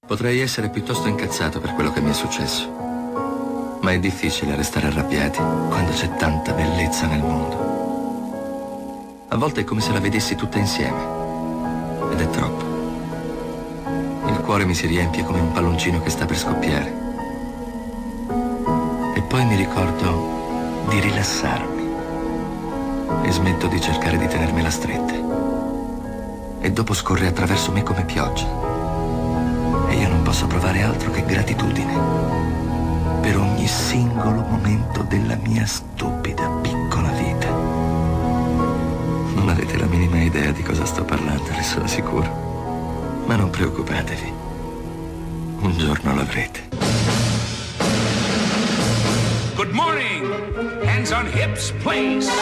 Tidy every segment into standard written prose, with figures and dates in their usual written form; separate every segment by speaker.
Speaker 1: Potrei essere piuttosto incazzato per quello che mi è successo, ma è difficile restare arrabbiati quando c'è tanta bellezza nel mondo. A volte è come se la vedessi tutta insieme, ed è troppo. Il cuore mi si riempie come un palloncino che sta per scoppiare. E poi mi ricordo di rilassarmi e smetto di cercare di tenermela stretta. E dopo scorre attraverso me come pioggia. E io non posso provare altro che gratitudine per ogni singolo momento della mia stupida piccola vita. Non avete la minima idea di cosa sto parlando, ne sono sicuro. Ma non preoccupatevi, un giorno l'avrete.
Speaker 2: Good morning. Hands on hips, please.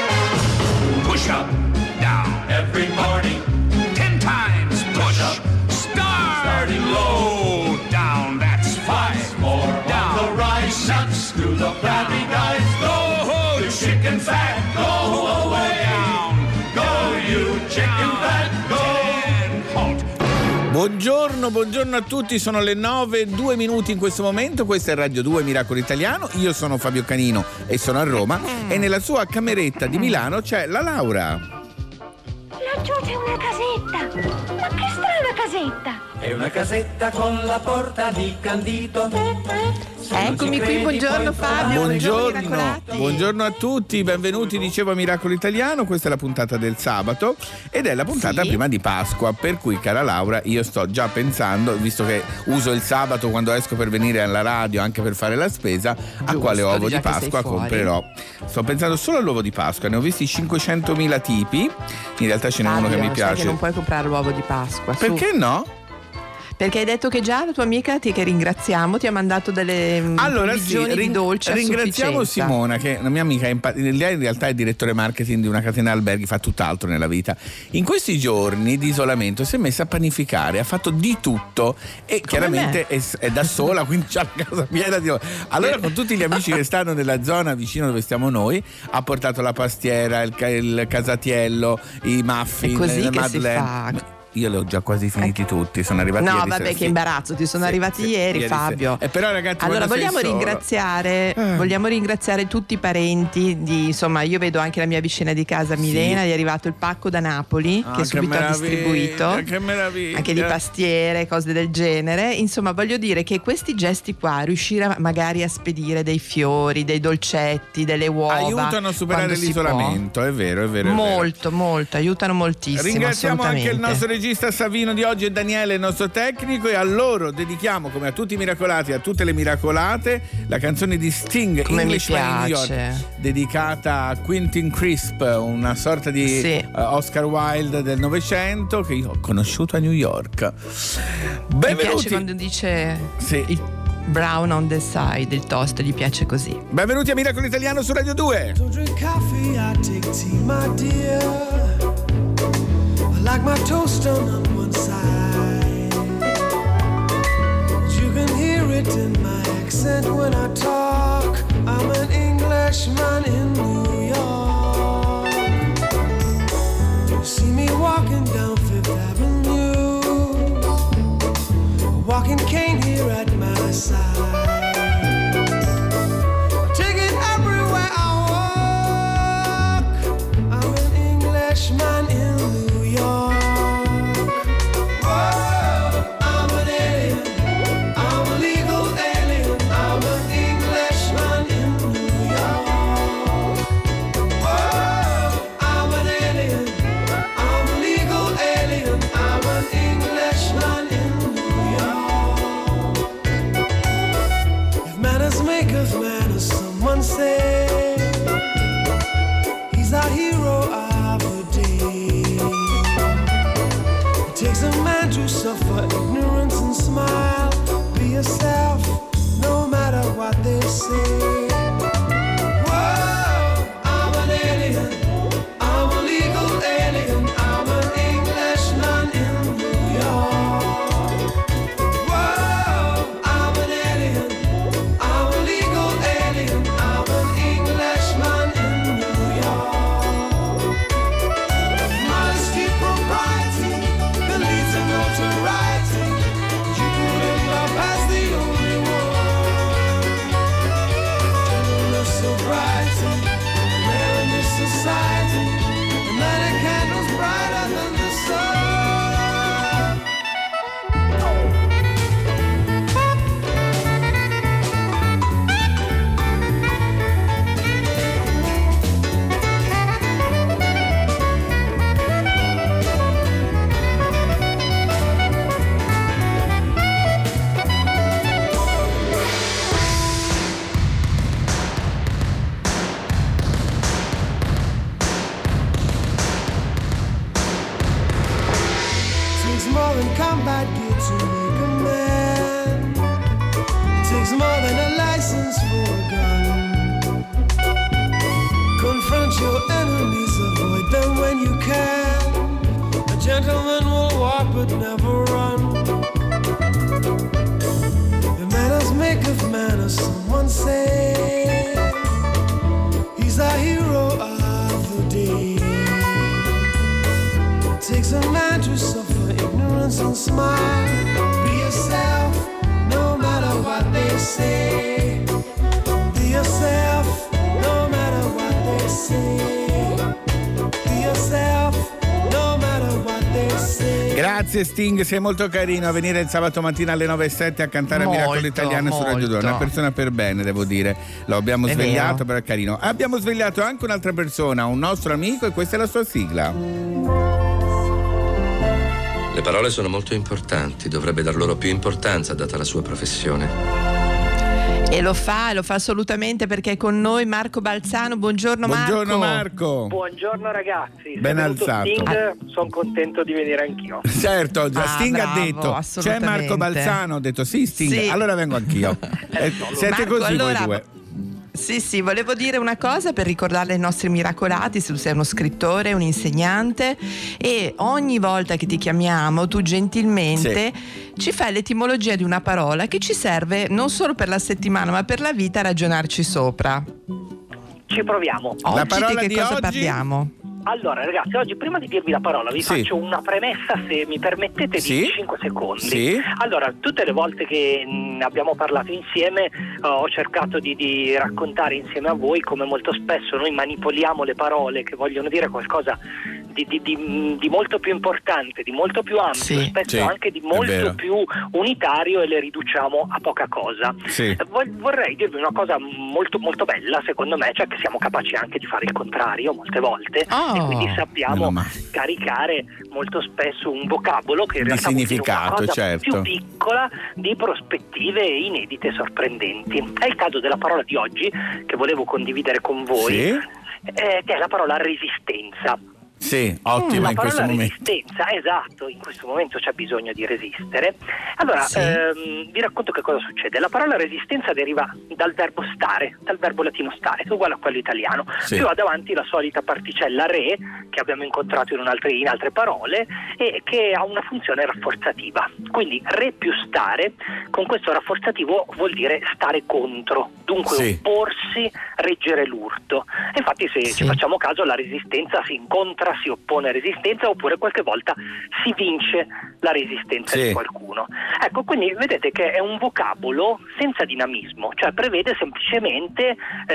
Speaker 2: Push up, down. Every morning. 10 times. Push up. Starting low. Down, that's 5. More down. On the rise. Nuts to the flabby guys. Go, you chicken fat. Go away. Down. Go, you chicken fat. Go. Halt.
Speaker 3: Buongiorno a tutti, sono le 9:02 in questo momento, questa è Radio 2 Miracolo Italiano, io sono Fabio Canino e sono a Roma e nella sua cameretta di Milano c'è la Laura.
Speaker 4: Laggiù c'è una casetta, ma che strana casetta!
Speaker 5: È una casetta con la porta di candito.
Speaker 6: Eccomi qui, buongiorno Fabio.
Speaker 3: Buongiorno a tutti, benvenuti, dicevo a Miracolo Italiano, questa è la puntata del sabato ed è la puntata prima di Pasqua, per cui cara Laura io sto già pensando, visto che uso il sabato quando esco per venire alla radio anche per fare la spesa, a quale uovo di Pasqua comprerò. Sto pensando solo all'uovo di Pasqua, ne ho visti 500.000 tipi, in realtà ce n'è uno che mi piace.
Speaker 6: Che non puoi comprare l'uovo di Pasqua.
Speaker 3: Perché no?
Speaker 6: Perché hai detto che già la tua amica, che ringraziamo, ti ha mandato delle provvigioni di dolce a
Speaker 3: ringraziamo
Speaker 6: sufficienza.
Speaker 3: Simona, che è una mia amica, lei in realtà è direttore marketing di una catena alberghi, fa tutt'altro nella vita. In questi giorni di isolamento si è messa a panificare, ha fatto di tutto e chiaramente è da sola, quindi c'ha la casa piena di... Allora con tutti gli amici che stanno nella zona vicino dove stiamo noi, ha portato la pastiera, il casatiello, i muffin,
Speaker 6: è così
Speaker 3: le
Speaker 6: che
Speaker 3: madeleine.
Speaker 6: Si fa.
Speaker 3: Io li ho già quasi finiti tutti, sono arrivati ieri.
Speaker 6: No, vabbè, che imbarazzo, ti sono arrivati ieri, Fabio.
Speaker 3: Però ragazzi,
Speaker 6: allora vogliamo ringraziare tutti i parenti insomma, io vedo anche la mia vicina di casa Milena, gli è arrivato il pacco da Napoli che subito ha distribuito.
Speaker 3: Che meraviglia.
Speaker 6: Anche di pastiere, cose del genere. Insomma, voglio dire che questi gesti qua, riuscire magari a spedire dei fiori, dei dolcetti, delle uova,
Speaker 3: aiutano a superare l'isolamento, è vero.
Speaker 6: Molto, aiutano moltissimo.
Speaker 3: Ringraziamo anche il nostro regista Savino di oggi e Daniele, il nostro tecnico, e a loro dedichiamo, come a tutti i miracolati e a tutte le miracolate, la canzone di Sting,
Speaker 6: come
Speaker 3: Englishman in New York,
Speaker 6: piace,
Speaker 3: dedicata a Quentin Crisp, una sorta di Oscar Wilde del Novecento che io ho conosciuto a New York. Benvenuti.
Speaker 6: Mi piace quando dice il brown on the side, il toast, gli piace così.
Speaker 3: Benvenuti a Miracolo Italiano su Radio 2.
Speaker 7: Don't drink coffee, I take tea, my dear. I like my toast on one side. You can hear it in my accent when I talk. I'm an Englishman in New York. You see me walking down Fifth Avenue, a walking cane here at my side. Take it everywhere I walk. I'm an Englishman in New York. Say he's our hero of the day. It takes a man to suffer ignorance and smile. Be yourself, no matter what they say. Whoa, I'm an alien, I'm a legal alien, I'm an Englishman in New York. Whoa, I'm an alien, I'm a legal alien, I'm an Englishman in New York. Modesty, propriety, can lead to notoriety. You could gentleman will walk but never run. The manners make of manners, someone say. He's a hero of the day. It takes a man to suffer ignorance and smile. Be yourself, no matter what they say. Be yourself, no matter what they say. Be yourself, no matter what they say.
Speaker 3: Grazie Sting, sei molto carino a venire il sabato mattina alle 9:07 a cantare a Miracolo Italiano su Radio 2. Una persona per bene, devo dire. Lo abbiamo svegliato, però è carino. Abbiamo svegliato anche un'altra persona, un nostro amico, e questa è la sua sigla.
Speaker 1: Le parole sono molto importanti, dovrebbe dar loro più importanza data la sua professione.
Speaker 6: E lo fa assolutamente, perché è con noi Marco Balzano. Buongiorno Marco.
Speaker 3: Buongiorno Marco.
Speaker 8: Buongiorno ragazzi.
Speaker 3: Ben alzato.
Speaker 8: Sono contento di venire anch'io.
Speaker 3: Certo, Sting
Speaker 6: bravo,
Speaker 3: ha detto c'è Marco Balzano, ho detto sì Sting,
Speaker 6: Sì.
Speaker 3: allora vengo anch'io. Siete
Speaker 6: Marco,
Speaker 3: così
Speaker 6: allora,
Speaker 3: voi due.
Speaker 6: Sì, volevo dire una cosa per ricordarle ai nostri miracolati. Se tu sei uno scrittore, un insegnante, e ogni volta che ti chiamiamo tu gentilmente ci fai l'etimologia di una parola che ci serve non solo per la settimana ma per la vita a ragionarci sopra.
Speaker 8: Ci proviamo.
Speaker 3: La parola
Speaker 6: di
Speaker 3: di
Speaker 6: che cosa
Speaker 3: oggi?
Speaker 6: parliamo?
Speaker 8: Allora ragazzi, oggi prima di dirvi la parola vi faccio una premessa, se mi permettete, di 5 secondi.
Speaker 3: Sì.
Speaker 8: Allora, tutte le volte che abbiamo parlato insieme ho cercato di raccontare insieme a voi come molto spesso noi manipoliamo le parole che vogliono dire qualcosa di molto più importante, di molto più ampio, spesso anche di molto più unitario, e le riduciamo a poca cosa. Vorrei dirvi una cosa molto molto bella, secondo me, cioè che siamo capaci anche di fare il contrario molte volte, e quindi sappiamo caricare molto spesso un vocabolo che in realtà vuol dire una cosa più piccola, di prospettive inedite e sorprendenti. È il caso della parola di oggi che volevo condividere con voi, che è la parola resistenza.
Speaker 3: Sì, ottima in questo momento.
Speaker 8: Resistenza, esatto, in questo momento c'è bisogno di resistere. Allora, vi racconto che cosa succede. La parola resistenza deriva dal verbo stare, dal verbo latino stare, che è uguale a quello italiano. Più ha davanti la solita particella re, che abbiamo incontrato in altre parole, e che ha una funzione rafforzativa. Quindi re più stare, con questo rafforzativo vuol dire stare contro, dunque opporsi, reggere l'urto. Infatti se ci facciamo caso, la resistenza si incontra, si oppone resistenza, oppure qualche volta si vince la resistenza di qualcuno. Ecco, quindi vedete che è un vocabolo senza dinamismo, cioè prevede semplicemente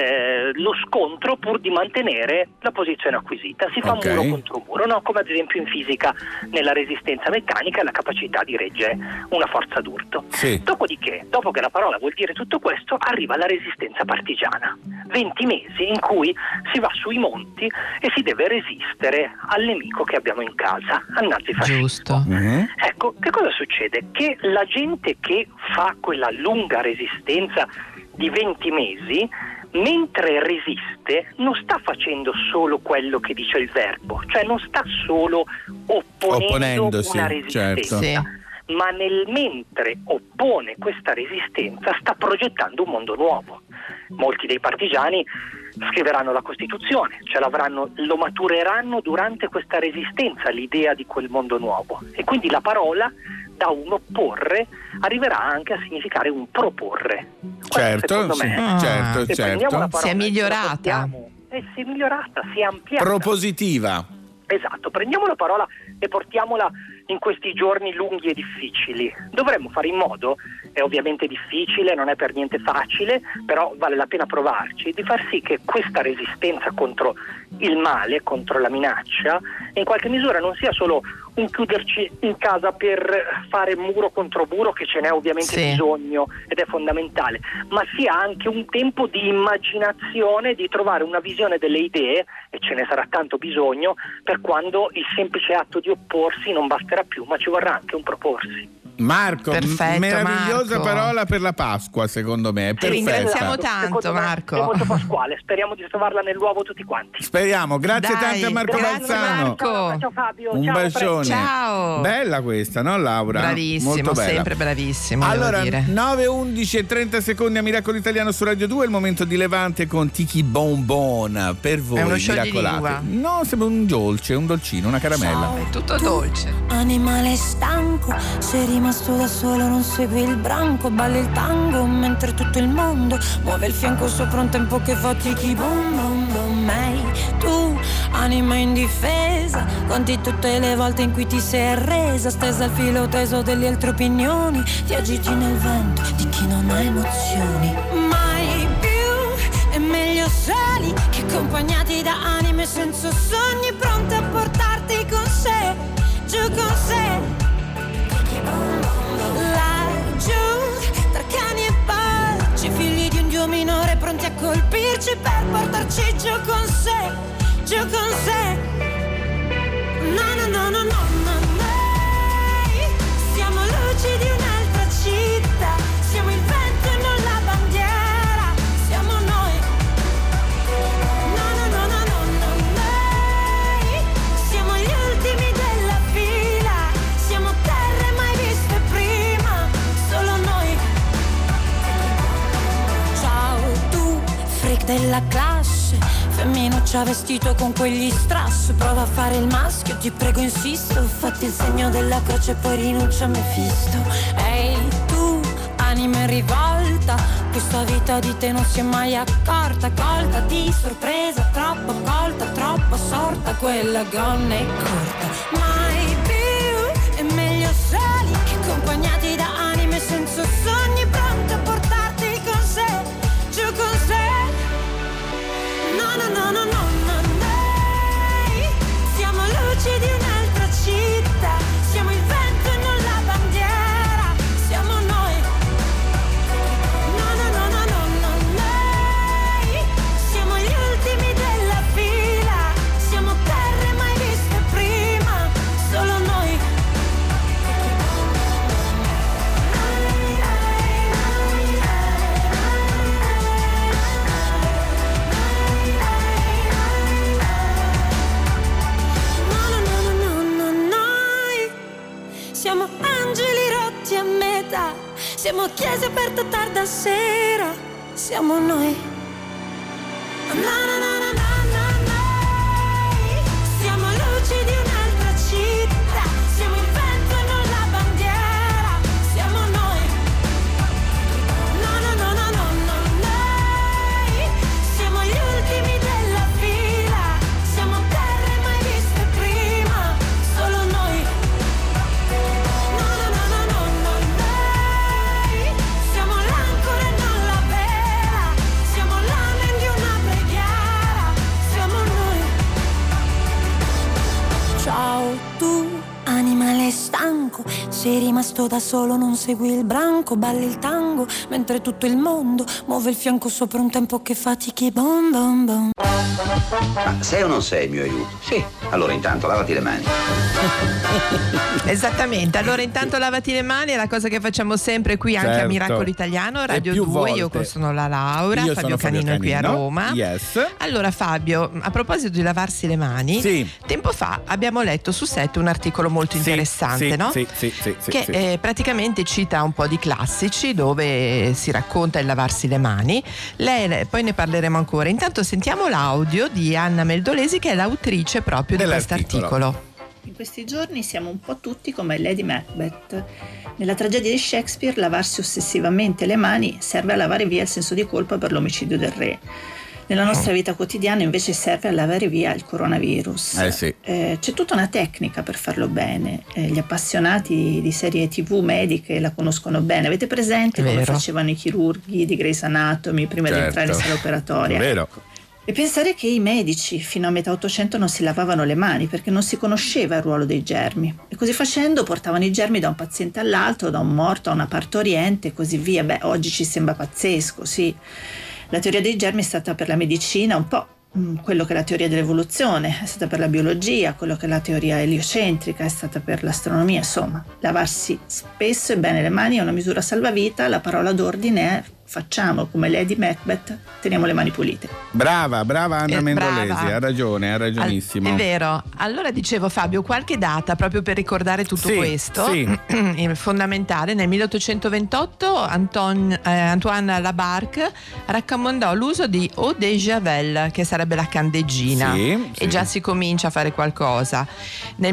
Speaker 8: lo scontro pur di mantenere la posizione acquisita. Si fa muro contro muro, no? Come ad esempio in fisica nella resistenza meccanica, la capacità di reggere una forza d'urto. Dopodiché, dopo che la parola vuol dire tutto questo, arriva la resistenza partigiana. 20 mesi in cui si va sui monti e si deve resistere al nemico che abbiamo in casa, al nazifascismo. Ecco, che cosa succede? Che la gente che fa quella lunga resistenza di 20 mesi, mentre resiste, non sta facendo solo quello che dice il verbo, cioè non sta solo opponendo una resistenza, ma nel mentre oppone questa resistenza sta progettando un mondo nuovo. Molti dei partigiani scriveranno la Costituzione, lo matureranno durante questa resistenza, l'idea di quel mondo nuovo, e quindi la parola da un opporre arriverà anche a significare un proporre. Secondo me,
Speaker 6: si è migliorata.
Speaker 8: Si è migliorata, si è ampliata.
Speaker 3: Propositiva.
Speaker 8: Esatto, prendiamo la parola e portiamola in questi giorni lunghi e difficili. Dovremmo fare in modo, è ovviamente difficile, non è per niente facile, però vale la pena provarci, di far sì che questa resistenza contro il male, contro la minaccia, in qualche misura non sia solo un chiuderci in casa per fare muro contro muro, che ce n'è ovviamente bisogno ed è fondamentale, ma sia anche un tempo di immaginazione, di trovare una visione delle idee, e ce ne sarà tanto bisogno, per quando il semplice atto di opporsi non basterà più, ma ci vorrà anche un proporsi.
Speaker 3: Marco,
Speaker 6: Perfetto,
Speaker 3: meravigliosa
Speaker 6: Marco.
Speaker 3: parola per la Pasqua, secondo me.
Speaker 6: Ti ringraziamo tanto,
Speaker 8: Secondo me
Speaker 6: Marco.
Speaker 8: È molto pasquale, speriamo di trovarla nell'uovo tutti quanti.
Speaker 3: Speriamo, grazie
Speaker 6: Dai,
Speaker 3: tante a Marco
Speaker 6: grazie,
Speaker 3: Balzano.
Speaker 6: Marco.
Speaker 8: Ciao Fabio,
Speaker 3: Un
Speaker 8: ciao,
Speaker 3: bacione.
Speaker 6: Ciao.
Speaker 3: Bella questa, no Laura?
Speaker 6: Bravissimo,
Speaker 3: Molto bella.
Speaker 6: sempre bravissimo.
Speaker 3: Allora,
Speaker 6: devo dire.
Speaker 3: 9:11 e 30 secondi a Miracolo Italiano su Radio 2, il momento di Levante con Tiki Bonbon per voi.
Speaker 6: È uno
Speaker 3: miracolati. No, sembra un dolce, un dolcino, una caramella.
Speaker 6: È tutto dolce.
Speaker 9: Animale stanco, sei rimasto da solo, non segui il branco, balli il tango mentre tutto il mondo muove il fianco sopra un tempo che fatichi. Bom bom bom, mai tu, anima indifesa, conti tutte le volte in cui ti sei arresa, stesa al filo teso delle altre opinioni, ti agiti nel vento di chi non ha emozioni. Mai più, è meglio soli che accompagnati da anime senza sogni, pronte a portarti con sé, giù con sé. Laggiù, tra cani e porci, figli di un dio minore pronti a colpirci per portarci giù con sé, giù con sé. No, no, no, no, no, no, noi siamo luci di un'altra città, siamo il vento e non la bandiera, siamo noi. No, no, no, no, no, no, noi siamo gli ultimi della fila, siamo terre mai viste prima, solo noi. Ciao tu, freak della classe, femminuccia vestito con quegli strass, prova a fare il maschio, ti prego insisto, fatti il segno della croce e poi rinuncia a Mefisto. Ehi tu, anima in rivolta, questa vita di te non si è mai accorta, colta di sorpresa, troppo colta, troppo sorta, quella gonna è corta. Mai più, è meglio soli che accompagnati da anime senza sogni, pronte a portarti con sé, giù con sé. No, no, no, no, no, no, noi siamo luci di un'altra città, siamo il vento e non la bandiera, siamo noi. No, no, no, no, no, no, noi siamo gli ultimi della fila, siamo terre mai viste prima, solo noi. Siamo angeli rotti a metà, siamo chiese aperte tarda sera, siamo noi. Na, na, na, na, na, na, noi siamo luci di un'altra città, siamo il vento e non la bandiera, siamo noi. No, no, no, no, no, no, noi siamo gli ultimi della fila, siamo terre mai viste prima, solo noi. No, no, no, no, no, no, noi siamo l'ancora e non la vela, siamo l'amen di una preghiera, siamo noi. Ciao tu, animale stanco, sei rimasto da solo, non segui il branco, balli il tango mentre tutto il mondo muove il fianco sopra un tempo che fatichi. Bom bom bom.
Speaker 10: Ma sei o non sei il mio aiuto? Sì. Allora intanto lavati le mani.
Speaker 6: Esattamente, allora intanto lavati le mani, è la cosa che facciamo sempre qui anche a
Speaker 3: Certo.
Speaker 6: Miracolo Italiano, Radio
Speaker 3: più
Speaker 6: 2, io
Speaker 3: volte.
Speaker 6: sono la Laura,
Speaker 3: Io
Speaker 6: Fabio
Speaker 3: sono Fabio
Speaker 6: Canino è qui a
Speaker 3: Canino.
Speaker 6: Roma.
Speaker 3: Yes.
Speaker 6: Allora Fabio, a proposito di lavarsi le mani,
Speaker 3: Sì.
Speaker 6: tempo fa abbiamo letto su 7 un articolo molto interessante,
Speaker 3: sì,
Speaker 6: no?
Speaker 3: sì,
Speaker 6: che
Speaker 3: sì.
Speaker 6: praticamente cita un po' di classici dove si racconta il lavarsi le mani. Poi ne parleremo ancora. Intanto sentiamo l'audio di Anna Meldolesi, che è l'autrice proprio di
Speaker 3: Dell'articolo.
Speaker 6: quest'articolo.
Speaker 11: In questi giorni siamo un po' tutti come Lady Macbeth. Nella tragedia di Shakespeare, lavarsi ossessivamente le mani serve a lavare via il senso di colpa per l'omicidio del re. Nella nostra vita quotidiana invece serve a lavare via il coronavirus.
Speaker 3: Sì.
Speaker 11: C'è tutta una tecnica per farlo bene. Gli appassionati di serie TV mediche la conoscono bene. Avete presente come
Speaker 6: Vero.
Speaker 11: facevano i chirurghi di Grey's Anatomy prima di
Speaker 3: Certo.
Speaker 11: entrare in sala operatoria?
Speaker 3: Vero.
Speaker 11: E pensare che i medici fino a metà Ottocento non si lavavano le mani perché non si conosceva il ruolo dei germi, e così facendo portavano i germi da un paziente all'altro, da un morto a una partoriente e così via. Oggi ci sembra pazzesco, sì. La teoria dei germi è stata per la medicina un po' quello che è la teoria dell'evoluzione è stata per la biologia, quello che è la teoria eliocentrica è stata per l'astronomia. Insomma, lavarsi spesso e bene le mani è una misura salvavita. La parola d'ordine è: facciamo come Lady Macbeth, teniamo le mani pulite.
Speaker 3: Brava Anna Mendolesi,
Speaker 6: brava.
Speaker 3: ha ragionissimo.
Speaker 6: È vero. Allora dicevo, Fabio, qualche data proprio per ricordare tutto questo.
Speaker 3: Sì.
Speaker 6: Fondamentale: nel 1828 Antoine Labarque raccomandò l'uso di eau de javel, che sarebbe la candeggina, e già si comincia a fare qualcosa. Nel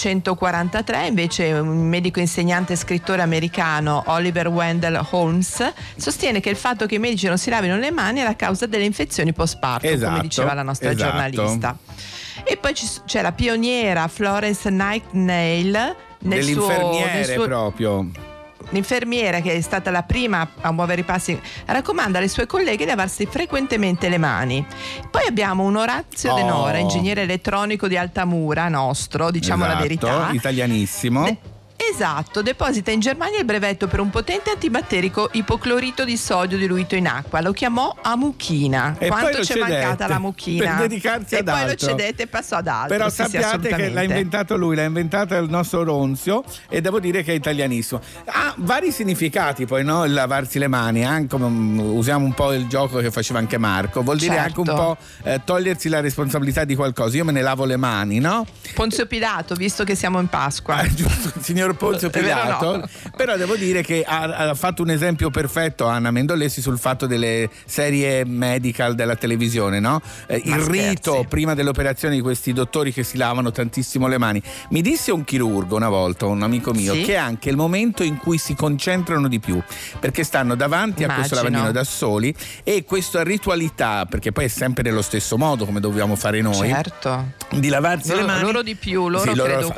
Speaker 6: 1843 invece un medico insegnante e scrittore americano, Oliver Wendell Holmes, sostiene che il fatto che i medici non si lavino le mani è la causa delle infezioni postpartum, come diceva la nostra giornalista. E poi c'è la pioniera Florence Nightingale
Speaker 3: dell'infermiere proprio.
Speaker 6: L'infermiera, che è stata la prima a muovere i passi, raccomanda alle sue colleghe di lavarsi frequentemente le mani. Poi abbiamo un Orazio De Nora, ingegnere elettronico di Altamura, nostro, diciamo la verità.
Speaker 3: Italianissimo.
Speaker 6: Esatto, deposita in Germania il brevetto per un potente antibatterico ipoclorito di sodio diluito in acqua. Lo chiamò amuchina.
Speaker 3: E
Speaker 6: quanto
Speaker 3: poi
Speaker 6: c'è mancata la mucchina
Speaker 3: per dedicarsi ad altro.
Speaker 6: E poi lo cedette e passò ad altro.
Speaker 3: Però sappiate che l'ha inventato lui, l'ha inventato il nostro Ronzio, e devo dire che è italianissimo. Ha vari significati poi, no? Il lavarsi le mani, anche usiamo un po' il gioco che faceva anche Marco, vuol dire anche un po' togliersi la responsabilità di qualcosa. Io me ne lavo le mani, no?
Speaker 6: Ponzio Pilato, visto che siamo in Pasqua.
Speaker 3: Giusto, signor Ponzio Pilato. No. Però devo dire che ha fatto un esempio perfetto Anna Mendolesi sul fatto delle serie medical della televisione, no? Il rito prima dell'operazione di questi dottori che si lavano tantissimo le mani. Mi disse un chirurgo una volta, un amico mio, che è anche il momento in cui si concentrano di più, perché stanno davanti a questo lavandino da soli, e questa ritualità, perché poi è sempre nello stesso modo come dobbiamo fare noi, di lavarsi le mani.
Speaker 6: Loro di più, loro credo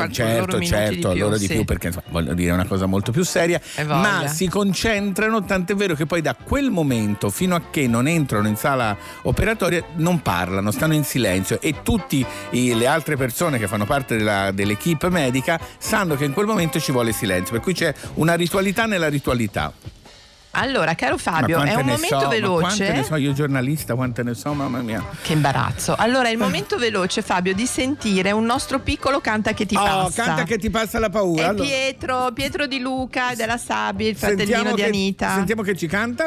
Speaker 3: loro di più, perché voglio dire, è una cosa molto più seria, ma si concentrano, tant'è vero che poi da quel momento fino a che non entrano in sala operatoria non parlano, stanno in silenzio, e tutte le altre persone che fanno parte dell'equipe medica sanno che in quel momento ci vuole silenzio, per cui c'è una ritualità nella ritualità.
Speaker 6: Allora, caro Fabio, è un momento veloce.
Speaker 3: Quante ne so, io giornalista, quante ne so, mamma mia.
Speaker 6: Che imbarazzo. Allora, è il momento veloce, Fabio, di sentire un nostro piccolo Canta che ti passa.
Speaker 3: Canta che ti passa la paura.
Speaker 6: È Pietro Di Luca e della Sabi, il fratellino di Anita.
Speaker 3: Sentiamo che ci canta.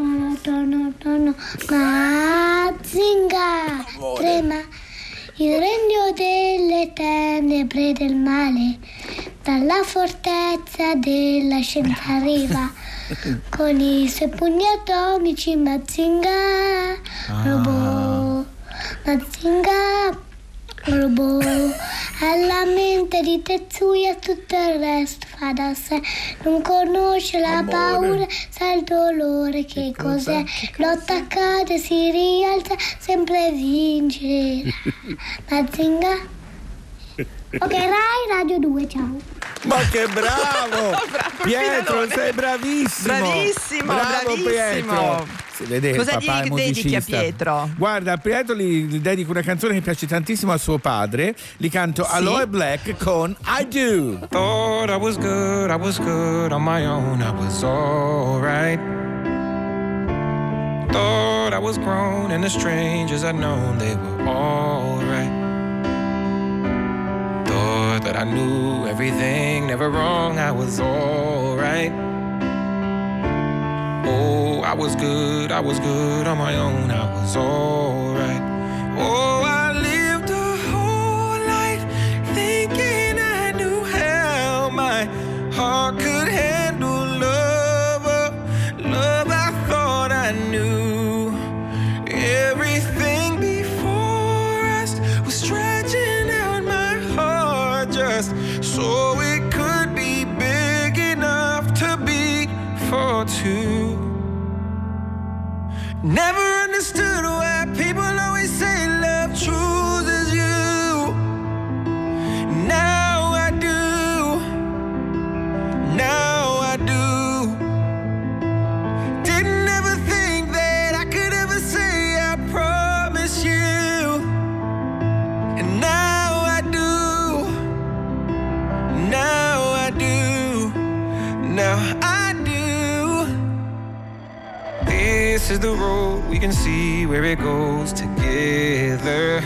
Speaker 12: Mazinga, trema il regno delle tenebre del male, dalla fortezza della scienza arriva, con i suoi pugni atomici Mazinga, robot, Mazinga, robot, alla mente di Tetsuya tutto il resto fa da sé, non conosce la paura, sa il dolore che cos'è, lotta, cade, si rialza, sempre vincerà. Mazinga. Ok, Rai Radio 2, ciao.
Speaker 3: Ma che bravo! Pietro, sei bravissimo! Bravo Pietro! Vede,
Speaker 6: cosa
Speaker 3: papà
Speaker 6: gli dedichi a Pietro?
Speaker 3: Guarda, a Pietro gli dedico una canzone che piace tantissimo a suo padre. Gli canto Aloe Black con I Do.
Speaker 13: Thought I was good on my own, I was alright. Thought I was grown and the strangers I'd known, they were alright. Thought that I knew everything, never wrong, I was alright. Oh, I was good on my own, I was alright. Oh, I lived a whole life thinking I knew how my heart could handle love, love I thought I knew. Everything before us was stretching out my heart just so it could be big enough to beat for two. Never understood why people always say love chooses you. Now I do. Now I do. Didn't ever think that I could ever say I promise you. And now I do. Now I do. Now I do. this is the road, we can see where it goes together.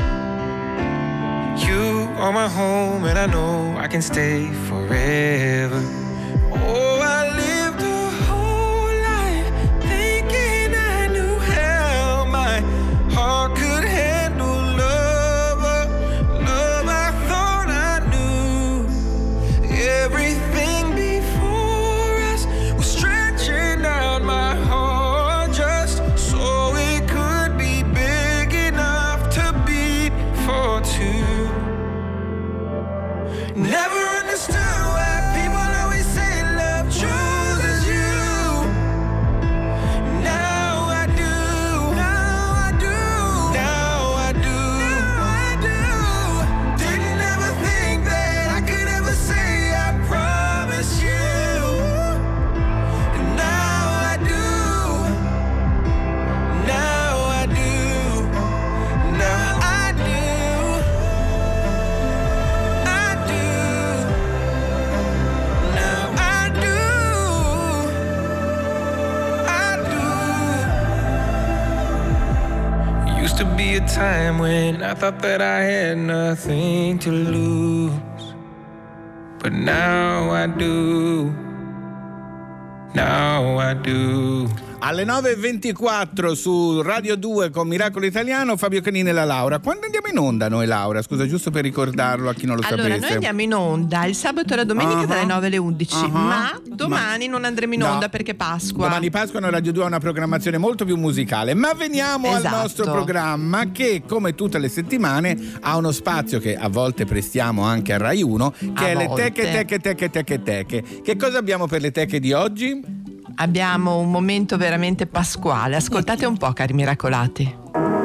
Speaker 13: You are my home and I know I can stay forever. Oh, I lived a whole life thinking I knew how my heart could handle love, love I thought I knew. Everything before us was stretching out my heart just so it could be big enough to beat for two. Never understood why people always say love chooses you. Now I do, now I do, now I do, now I do. Didn't ever think that I could ever say I promise you. Now I do, now I do, now I do. Used to be a time when I thought that I had nothing to lose, but now I do, now I do.
Speaker 3: Alle 9.24 su Radio 2 con Miracolo Italiano, Fabio Canini e la Laura. Quando andiamo in onda noi, Laura? Scusa, giusto per ricordarlo a chi non lo sapesse.
Speaker 6: Allora, noi andiamo in onda il sabato e la domenica dalle 9 alle 11, ma domani non andremo in onda perché è Pasqua.
Speaker 3: Domani Pasqua Radio 2 ha una programmazione molto più musicale, ma veniamo al nostro programma che, come tutte le settimane, ha uno spazio che a volte prestiamo anche a Rai 1, che è le teche. Che cosa abbiamo per le teche di oggi?
Speaker 6: Abbiamo un momento veramente pasquale. Ascoltate un po', cari miracolati.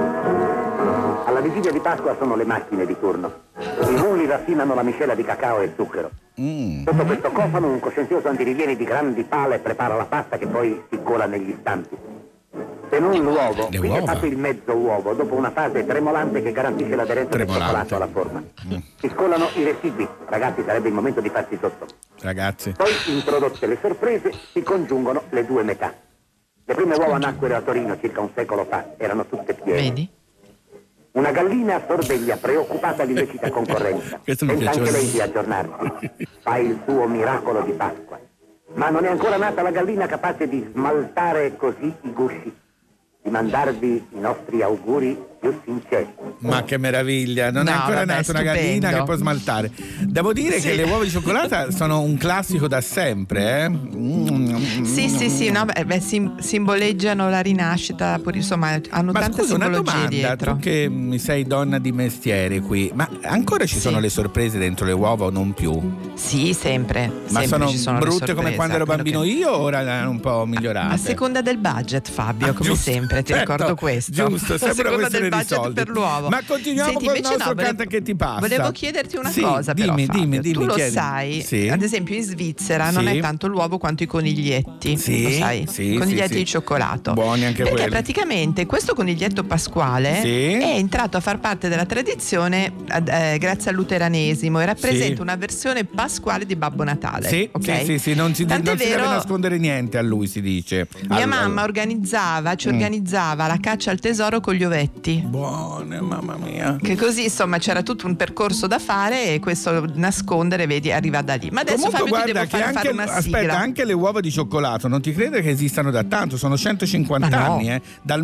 Speaker 14: Alla vigilia di Pasqua sono le macchine di turno. I mulli raffinano la miscela di cacao e zucchero. Sotto questo cofano un coscienzioso antirivieni di grandi pale prepara la pasta che poi si cola negli stampi. Se non l'uovo, qui è fatto il mezzo uovo, dopo una fase tremolante che garantisce l'aderenza del cioccolato alla forma. Si scolano i residui. Ragazzi, sarebbe il momento di farsi sotto.
Speaker 3: Ragazzi.
Speaker 14: Poi, introdotte le sorprese, si congiungono le due metà. Le prime uova nacquero a Torino circa un secolo fa, erano tutte piene.
Speaker 6: Vedi?
Speaker 14: Una gallina a Sordeglia, preoccupata di illecita concorrenza, senza anche lei di aggiornarsi, fa il suo miracolo di Pasqua. Ma non è ancora nata la gallina capace di smaltare così i gusci, di mandarvi i nostri auguri più sinceri.
Speaker 3: Ma che meraviglia, non è ancora nata una gallina che può smaltare. Devo dire che le uova di cioccolata sono un classico da sempre,
Speaker 6: Sì, no, simboleggiano la rinascita, pure, insomma, hanno tante simbologie
Speaker 3: una domanda,
Speaker 6: dietro.
Speaker 3: Tu che sei donna di mestiere qui, ma ancora ci sono le sorprese dentro le uova o non più?
Speaker 6: Sì, sempre.
Speaker 3: Ma
Speaker 6: sempre
Speaker 3: sono brutte come quando ero bambino io o ora hanno un po' migliorate?
Speaker 6: A seconda del budget, Fabio, come
Speaker 3: giusto,
Speaker 6: sempre, ti ricordo questo.
Speaker 3: Giusto, sempre una questione di soldi.
Speaker 6: Per l'uovo.
Speaker 3: Ma continuiamo con il nostro Canta che ti passa.
Speaker 6: Volevo chiederti una cosa,
Speaker 3: dimmi,
Speaker 6: però, Fabio.
Speaker 3: dimmi,
Speaker 6: tu lo
Speaker 3: chiedi.
Speaker 6: sai,
Speaker 3: sì.
Speaker 6: Ad esempio in Svizzera non è tanto l'uovo quanto i coniglietti, lo sai? Coniglietti di cioccolato.
Speaker 3: Buoni anche
Speaker 6: perché
Speaker 3: quelli.
Speaker 6: Praticamente questo coniglietto pasquale è entrato a far parte della tradizione grazie al luteranesimo e rappresenta una versione pasquale di Babbo Natale.
Speaker 3: Sì, non si deve nascondere niente a lui, si dice.
Speaker 6: Mia mamma ci organizzava la caccia al tesoro con gli ovetti.
Speaker 3: Buone, mamma mia.
Speaker 6: Che così, insomma, c'era tutto un percorso da fare e questo nascondere, vedi, arriva da lì. Ma adesso
Speaker 3: comunque,
Speaker 6: Fabio,
Speaker 3: guarda,
Speaker 6: ti devo fare una sigla.
Speaker 3: Aspetta, anche le uova di cioccolato non ti crede che esistano da tanto, sono 150 anni, dal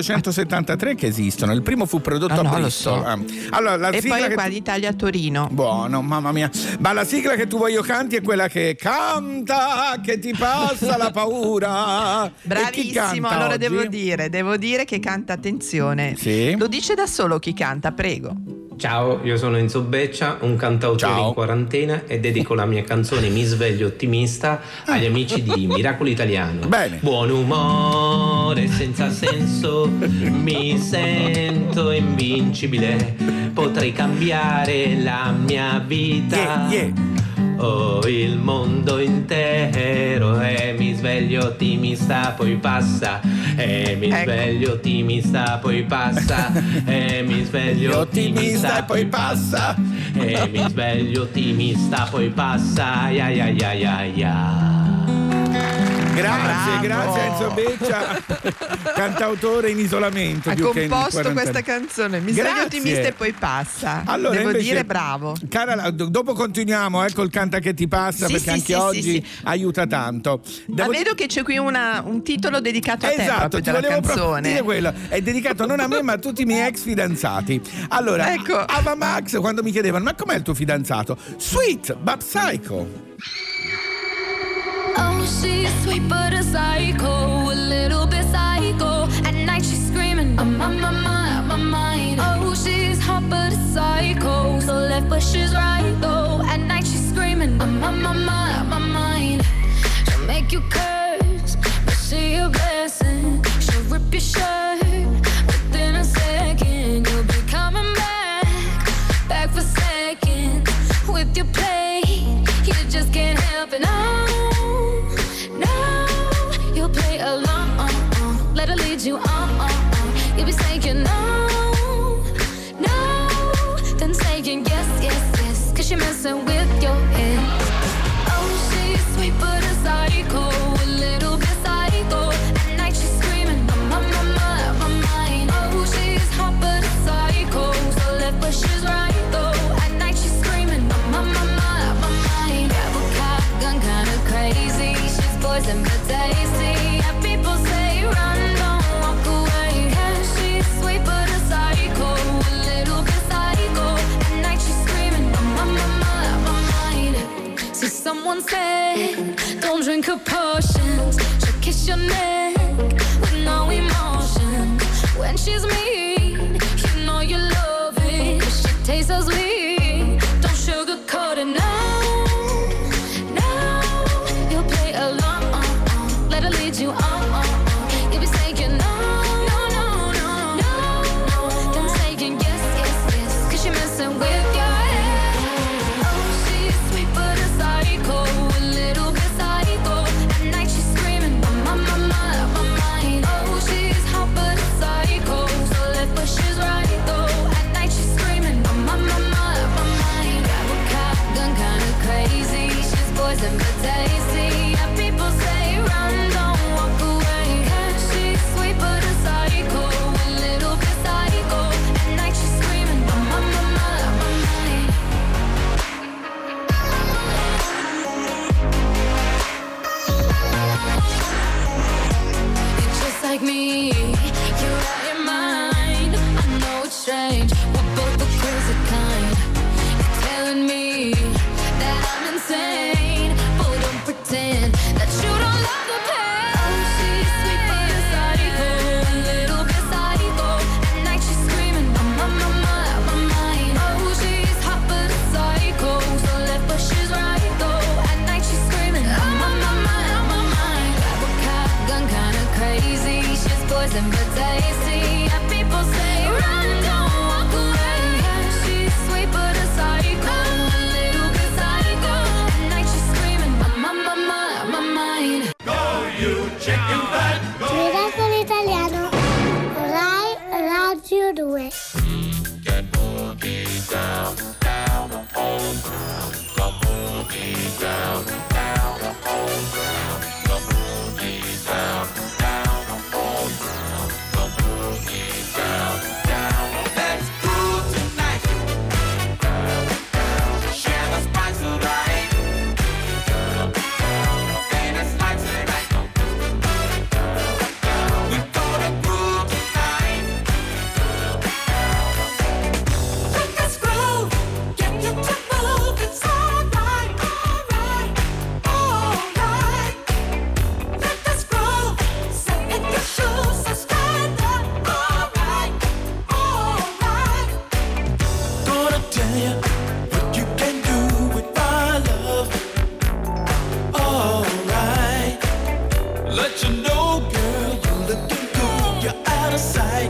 Speaker 3: 1873 che esistono. Il primo fu prodotto a Bristol. Allora, la
Speaker 6: e
Speaker 3: sigla
Speaker 6: poi qua in Italia a Torino.
Speaker 3: Buono, mamma mia. Ma la sigla che tu vuoi io canti è quella che canta che ti passa la paura.
Speaker 6: Bravissimo, allora devo dire che canta, attenzione. Lo dice da solo chi canta, prego.
Speaker 15: Ciao, io sono Enzo Beccia, un cantautore in quarantena e dedico la mia canzone Mi sveglio ottimista agli amici di Miracolo Italiano.
Speaker 3: Bene.
Speaker 15: Buon umore senza senso, mi sento invincibile, potrei cambiare la mia vita. Oh, il mondo intero e mi sveglio ottimista poi passa e mi sveglio ottimista poi passa e mi sveglio ottimista poi passa e mi sveglio ottimista poi passa ya ya ya ya ya.
Speaker 3: Grazie Enzo Beccia, cantautore in isolamento.
Speaker 6: Ha
Speaker 3: più che in
Speaker 6: composto
Speaker 3: quarantena.
Speaker 6: questa canzone, mi svegli ottimista e poi passa.
Speaker 3: Allora,
Speaker 6: devo
Speaker 3: invece,
Speaker 6: dire bravo.
Speaker 3: Cara, dopo continuiamo col canta che ti passa,
Speaker 6: Sì,
Speaker 3: perché
Speaker 6: sì,
Speaker 3: anche
Speaker 6: sì,
Speaker 3: oggi
Speaker 6: sì.
Speaker 3: aiuta tanto.
Speaker 6: Ma vedo che c'è qui un titolo dedicato a te,
Speaker 3: Esatto,
Speaker 6: proprio
Speaker 3: ti
Speaker 6: della
Speaker 3: volevo proprio
Speaker 6: canzone.
Speaker 3: dire quello. È dedicato non a me ma a tutti i miei ex fidanzati. Allora,
Speaker 6: Ecco.
Speaker 3: Ava Max, quando mi chiedevano ma com'è il tuo fidanzato? Sweet but psycho.
Speaker 9: Oh, she's sweet but a psycho, a little bit psycho. At night she's screaming, I'm on my mind. Oh, she's hot but a psycho, so left but she's right though. At night she's screaming, I'm on my mind. She'll make you curse, but she a blessing. She'll rip your shirt within a second. You'll be coming back for seconds with your play. You just can't help it. No, you'll play along. Let her lead you on. You'll be saying no, then saying yes, 'cause you're messing with your head. Oh, she's sweet but a psycho, a little bit psycho. At night she's screaming, I'm on my mind. Oh, she's hot but a psycho, so left but she's right though. At night she's screaming, I'm on my mind. Grab a cop gun, kinda crazy. She's poison but tasty. Yeah, people say run, don't walk away. Yeah, she's sweet but a psycho, a little bit psycho. At night she's screaming, I'm on my mind. See, someone said, don't drink her potions. She'll kiss your neck with no emotion. When she's mean, you know you love it. 'Cause she tastes so sweet. Don't sugarcoat it, no. You'll play along. Let her lead you on. You'll be saying no. Then saying yes, 'cause you're messing with your head. Oh, she's sweet but a psycho, a little bit psycho. At night she's screaming, I'm on my mind. Oh, she's hot but a psycho, so left but she's right though. At night she's screaming, I'm on my mind. Grab a cop gun, kinda crazy. She's poison but tasty. Yeah, people say run, don't walk away. Yeah, she's sweet but a psycho, a little bit psycho. At night she's screaming, I'm on my mind. You're just like me, you're out your mind. I know it's strange, we're both the crazy kind. You're telling me that I'm insane, but don't pretend that you don't love the pain. Oh, she's sweet but a psycho, a little bit psycho. At night she's screaming, I'm on my mind. Oh, she's hot but a psycho, so left but she's right though. At night she's screaming, I'm on my mind. Grab a cop gun, kinda crazy. She's poison but tasty. Yeah, people say run, don't walk away. Yeah, she's sweet but a psycho, a little bit psycho. At night she's screaming, I'm on my mind.
Speaker 7: Go, you chicken fat, go.
Speaker 12: Miracolo Italiano, Rai Radio 2.
Speaker 7: Let's groove tonight. Share the spice of life. And it's like tonight. We're gonna groove tonight. Let us groove. Get you to move. It's alright, alright, alright. Let us groove. Step in your shoes and stand up. Alright, alright. Gonna tell you what you can do with my love. Alright. Let you know, girl, you're looking good. You're out of sight.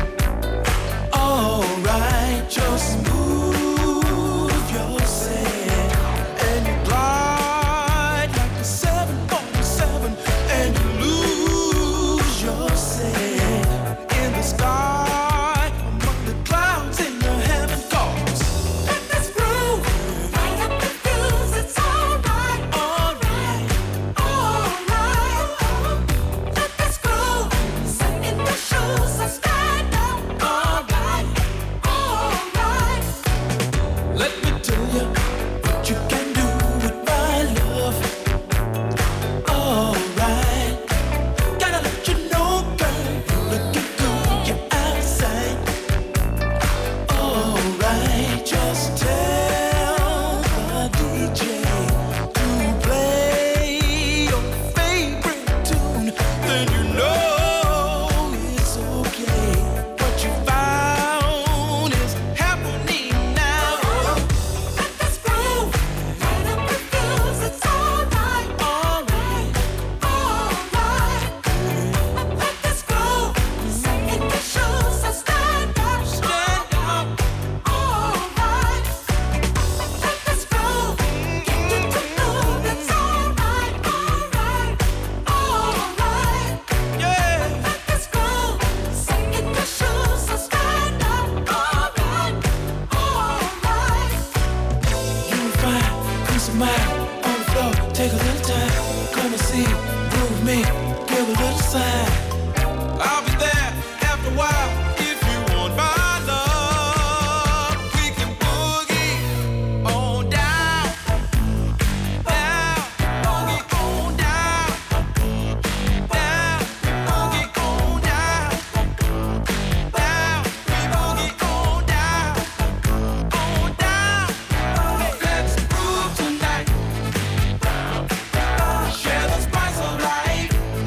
Speaker 7: Alright, just move yourself and you glide like a 747 and you lose yourself in the sky among the clouds in your heaven cause. Let us groove, light up the fuse, it's alright, alright, alright.
Speaker 13: me, give a little sign. I'll be there after a while if you want my love. We can boogie on down, down, boogie on down, down, boogie on down, down, we boogie on down, on down. Let's groove tonight. Share the spice of life.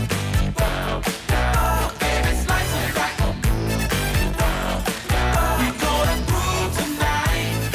Speaker 13: Baby, slice it right. We're gonna groove tonight.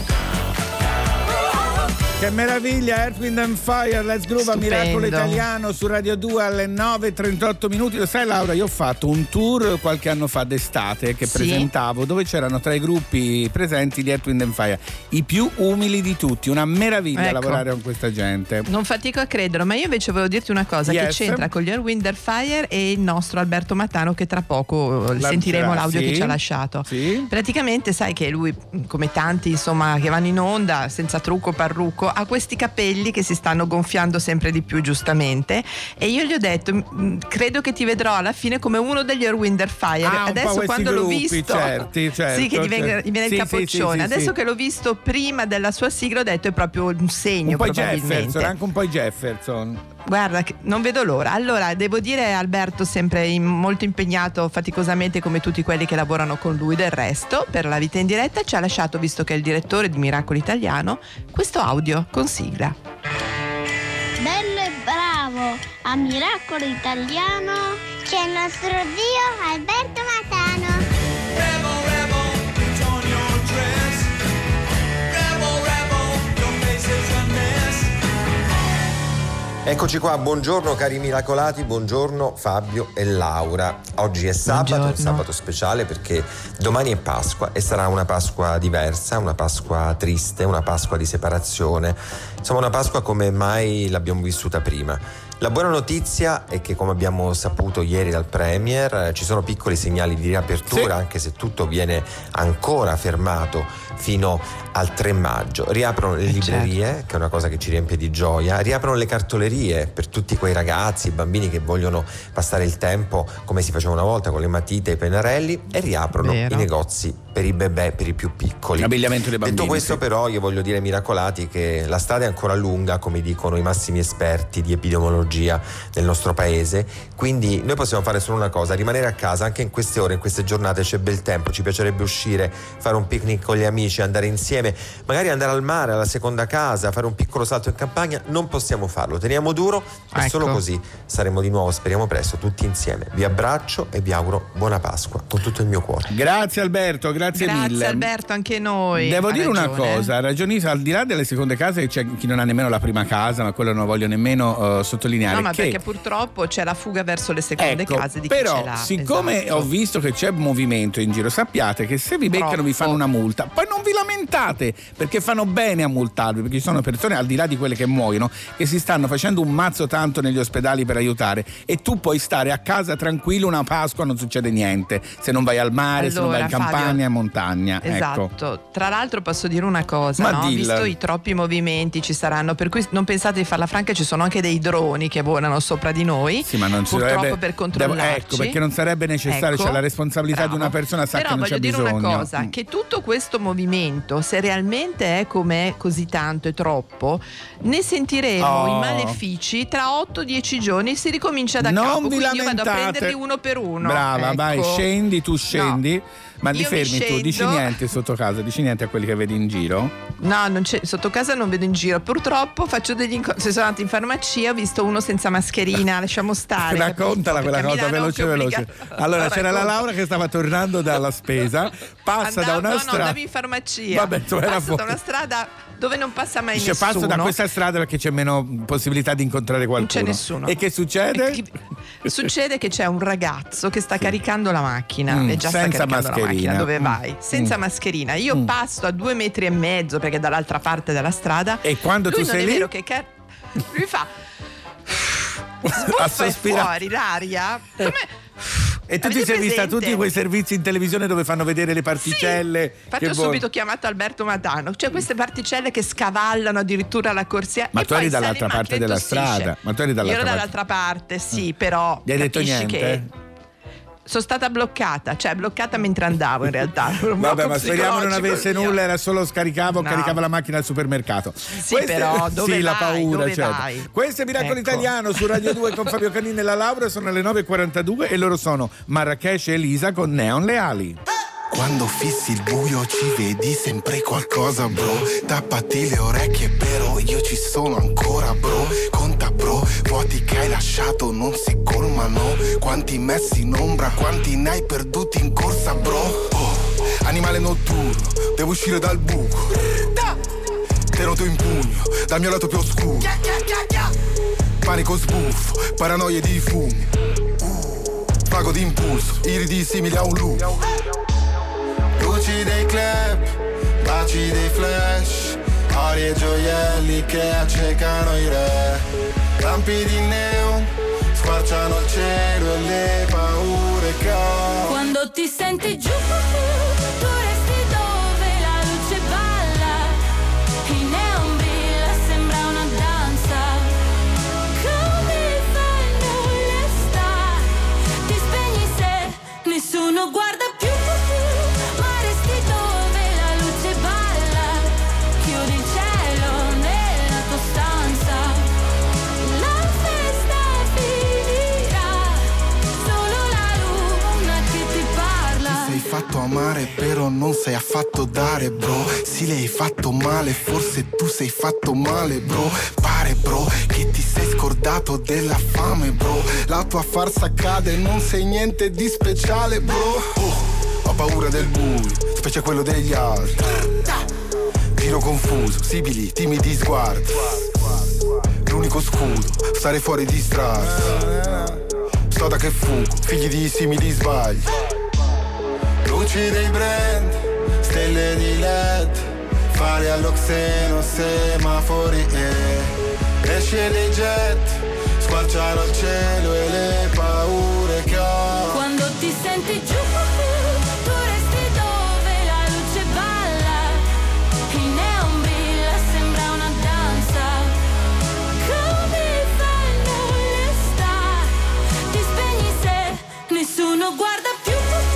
Speaker 3: Che meraviglia, Earth, Wind and Fire, Let's Groove a Miracolo Italiano su Radio 2 alle 9:38 minuti. Lo sai, Laura, io ho fatto un tour qualche anno fa d'estate che presentavo, dove c'erano tra i gruppi presenti di Earth, Wind and Fire i più umili di tutti. Una meraviglia lavorare con questa gente.
Speaker 6: Non fatico a crederlo, ma io invece volevo dirti una cosa che c'entra con gli Earth, Wind and Fire e il nostro Alberto Matano, che tra poco sentiremo l'audio che ci ha lasciato. Praticamente sai che lui, come tanti insomma che vanno in onda senza trucco parrucco, ha questi capelli che si stanno gonfiando sempre di più, giustamente, e io gli ho detto credo che ti vedrò alla fine come uno degli Earth, Wind and Fire. Adesso quando l'ho visto
Speaker 3: certo,
Speaker 6: sì, che gli viene il capoccione, adesso che l'ho visto prima della sua sigla ho detto è proprio un segno,
Speaker 3: un po'
Speaker 6: probabilmente
Speaker 3: Jefferson, anche un po' Jefferson.
Speaker 6: Guarda, non vedo l'ora. Allora, devo dire, Alberto sempre molto impegnato faticosamente come tutti quelli che lavorano con lui. Del resto, per la vita in diretta ci ha lasciato, visto che è il direttore di Miracolo Italiano, questo audio con sigla.
Speaker 12: Bello e bravo, a Miracolo Italiano c'è il nostro zio Alberto Matano.
Speaker 16: Eccoci qua, buongiorno cari miracolati, buongiorno Fabio e Laura. Oggi è sabato, un sabato speciale perché domani è Pasqua e sarà una Pasqua diversa, una Pasqua triste, una Pasqua di separazione, insomma una Pasqua come mai l'abbiamo vissuta prima. La buona notizia è che, come abbiamo saputo ieri dal Premier, ci sono piccoli segnali di riapertura, anche se tutto viene ancora fermato fino al 3 maggio. Riaprono le librerie, che è una cosa che ci riempie di gioia, riaprono le cartolerie per tutti quei ragazzi, i bambini che vogliono passare il tempo come si faceva una volta con le matite e i pennarelli, e riaprono i negozi per i bebè, per i più piccoli.
Speaker 3: L'abbigliamento dei bambini.
Speaker 16: Detto questo, però, io voglio dire ai miracolati che la strada è ancora lunga, come dicono i massimi esperti di epidemiologia nel nostro paese, quindi noi possiamo fare solo una cosa: rimanere a casa. Anche in queste ore, in queste giornate c'è bel tempo, ci piacerebbe uscire, fare un picnic con gli amici, andare insieme, magari andare al mare, alla seconda casa, fare un piccolo salto in campagna. Non possiamo farlo, teniamo duro e solo così saremo di nuovo, speriamo presto, tutti insieme. Vi abbraccio e vi auguro buona Pasqua con tutto il mio cuore.
Speaker 3: Grazie Alberto, grazie mille.
Speaker 6: Grazie Alberto, anche noi.
Speaker 3: Devo dire una cosa, ragionista, al di là delle seconde case c'è chi non ha nemmeno la prima casa, ma quello non voglio nemmeno sottolineare.
Speaker 6: No, ma perché purtroppo c'è la fuga verso le seconde case di chi
Speaker 3: però,
Speaker 6: ce l'ha.
Speaker 3: Siccome ho visto che c'è movimento in giro, sappiate che se vi beccano vi fanno una multa, poi non vi lamentate, perché fanno bene a multarvi, perché ci sono persone, al di là di quelle che muoiono, che si stanno facendo un mazzo tanto negli ospedali per aiutare, e tu puoi stare a casa tranquillo una Pasqua, non succede niente se non vai al mare, se non vai in campagna e montagna.
Speaker 6: Esatto.
Speaker 3: Ecco.
Speaker 6: Tra l'altro posso dire una cosa, no? Visto i troppi movimenti ci saranno, per cui non pensate di farla franca, ci sono anche dei droni che volano sopra di noi,
Speaker 3: sì, ma non
Speaker 6: purtroppo per controllarci.
Speaker 3: Ecco, perché non sarebbe necessario, c'è la responsabilità di una persona, sa che non c'è bisogno.
Speaker 6: Però voglio dire una cosa, che tutto questo movimento, se realmente è come così tanto e troppo, ne sentiremo i malefici tra 8-10 giorni, si ricomincia da capo, quindi io vado a prenderli uno per uno.
Speaker 3: Brava,
Speaker 6: ecco.
Speaker 3: Vai, scendi, tu scendi.
Speaker 6: No.
Speaker 3: Ma ti
Speaker 6: Io
Speaker 3: fermi tu, dici niente sotto casa, dici niente a quelli che vedi in giro?
Speaker 6: No, non c'è, sotto casa non vedo in giro. Purtroppo faccio degli incontri. Se sono andata in farmacia ho visto uno senza mascherina, lasciamo stare.
Speaker 3: Raccontala quella cosa, veloce. Allora c'era la Laura che stava tornando dalla spesa, passa da una strada.
Speaker 6: No, andavi in farmacia.
Speaker 3: Vabbè, tu era fuori.
Speaker 6: Da una strada dove non passa mai nessuno.
Speaker 3: Passo da questa strada perché c'è meno possibilità di incontrare qualcuno.
Speaker 6: Non c'è nessuno.
Speaker 3: E che succede?
Speaker 6: Succede che c'è un ragazzo che sta caricando la macchina. E già sta caricando la macchina. Dove vai? Senza mascherina. Io passo a 2,5 metri perché dall'altra parte della strada.
Speaker 3: E quando
Speaker 6: lui
Speaker 3: tu sei lì?
Speaker 6: Lui fa sbuffa fuori l'aria.
Speaker 3: E tu ti sei vista tutti quei servizi in televisione dove fanno vedere le particelle?
Speaker 6: Sì. Infatti ho subito chiamato Alberto Matano. Cioè queste particelle che scavallano addirittura la corsia.
Speaker 3: Ma
Speaker 6: e
Speaker 3: tu eri dall'altra parte della strada.
Speaker 6: Io ero dall'altra parte, sì, però.
Speaker 3: Gli hai detto niente?
Speaker 6: Che sono stata bloccata mentre andavo in realtà.
Speaker 3: Vabbè, ma speriamo non avesse nulla, era solo caricava la macchina al supermercato.
Speaker 6: Sì, però dove vai?
Speaker 3: La paura,
Speaker 6: dove
Speaker 3: certo.
Speaker 6: vai?
Speaker 3: Questo è Miracolo Italiano su Radio 2 con Fabio Canini e la Laura, sono le 9.42 e loro sono Marrakesh e Elisa con Neon Leali.
Speaker 17: Quando fissi il buio ci vedi sempre qualcosa, bro. Tappati le orecchie, però io ci sono ancora, bro. Conta, bro, vuoti che hai lasciato non si colmano. Quanti messi in ombra, quanti ne hai perduti in corsa, bro. Oh, animale notturno, devo uscire dal buco. Te noto in pugno, dal mio lato più oscuro. Panico sbuffo, paranoie di fumi. Vago d'impulso, iridi simili a un lupo. Luci dei club, baci dei flash, ori e gioielli che accecano i re. Lampi di neon, squarciano il cielo e le paure che ho.
Speaker 9: Quando ti senti giù, tu resti dove la luce balla. Il neon brilla, sembra una danza. Come fai a non restare? Ti spegni se nessuno guarda più.
Speaker 17: Fatto amare però non sei affatto dare, bro. Sì, le hai fatto male, forse tu sei fatto male, bro. Pare, bro, che ti sei scordato della fame, bro. La tua farsa cade, non sei niente di speciale, bro. Ho paura del buio, specie quello degli altri. Giro confuso, sibili, timidi sguardi. L'unico scudo, stare fuori di strada. Sto da che fugo, figli di simili sbagli. Luci dei brand, stelle di LED, fari all'oxeno, semafori e esce dei jet, squarciano il cielo e le paure che ho.
Speaker 9: Quando ti senti giù, tu resti dove la luce balla. Il neon brilla, sembra una danza. Come fai a non restare? Ti spegni se nessuno guarda più.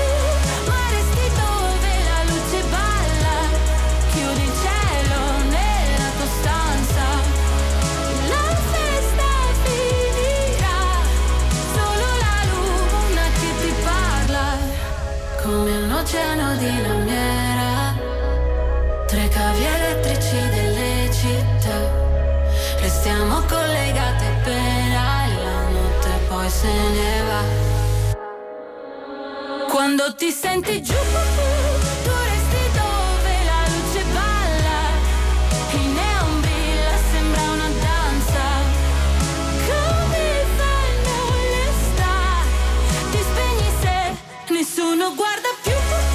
Speaker 9: Oceano di lamiera, tre cavi elettrici delle città, restiamo collegate appena la notte poi se ne va. Quando ti senti giù, tu resti dove la luce balla, il neon brilla, sembra una danza. Come fai a non restare? Ti spegni se nessuno guarda più.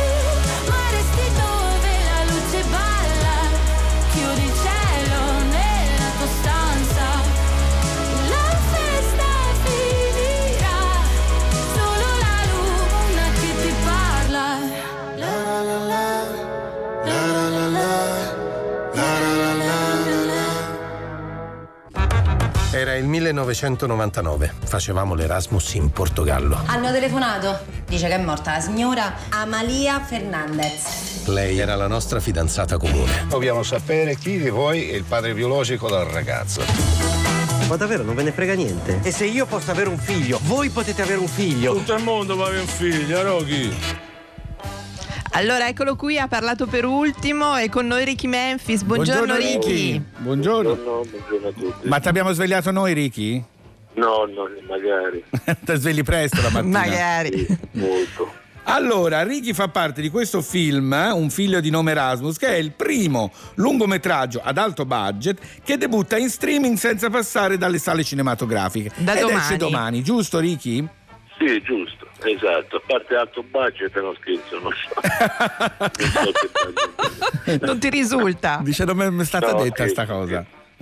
Speaker 18: Era il 1999, facevamo l'Erasmus in Portogallo.
Speaker 19: Hanno telefonato, dice che è morta la signora Amalia Fernandez.
Speaker 18: Lei era la nostra fidanzata comune.
Speaker 20: Dobbiamo sapere chi di voi è il padre biologico del ragazzo.
Speaker 21: Ma davvero non ve ne frega niente? E se io posso avere un figlio, voi potete avere un figlio?
Speaker 20: Tutto il mondo vuole un figlio, Rocky.
Speaker 6: Allora eccolo qui, ha parlato per ultimo, è con noi Ricky Memphis. Buongiorno Ricky.
Speaker 3: Buongiorno.
Speaker 22: Buongiorno a tutti.
Speaker 3: Ma ti abbiamo svegliato noi, Ricky?
Speaker 22: No, magari.
Speaker 3: Ti svegli presto la mattina?
Speaker 6: Magari.
Speaker 22: Sì, molto.
Speaker 3: Allora, Ricky fa parte di questo film, Un figlio di nome Erasmus, che è il primo lungometraggio ad alto budget che debutta in streaming senza passare dalle sale cinematografiche. Esce domani, giusto Ricky?
Speaker 22: Sì, giusto, esatto. A parte alto budget non scherzo, non so.
Speaker 6: Non ti risulta?
Speaker 3: Dice non mi è stata detta sta cosa.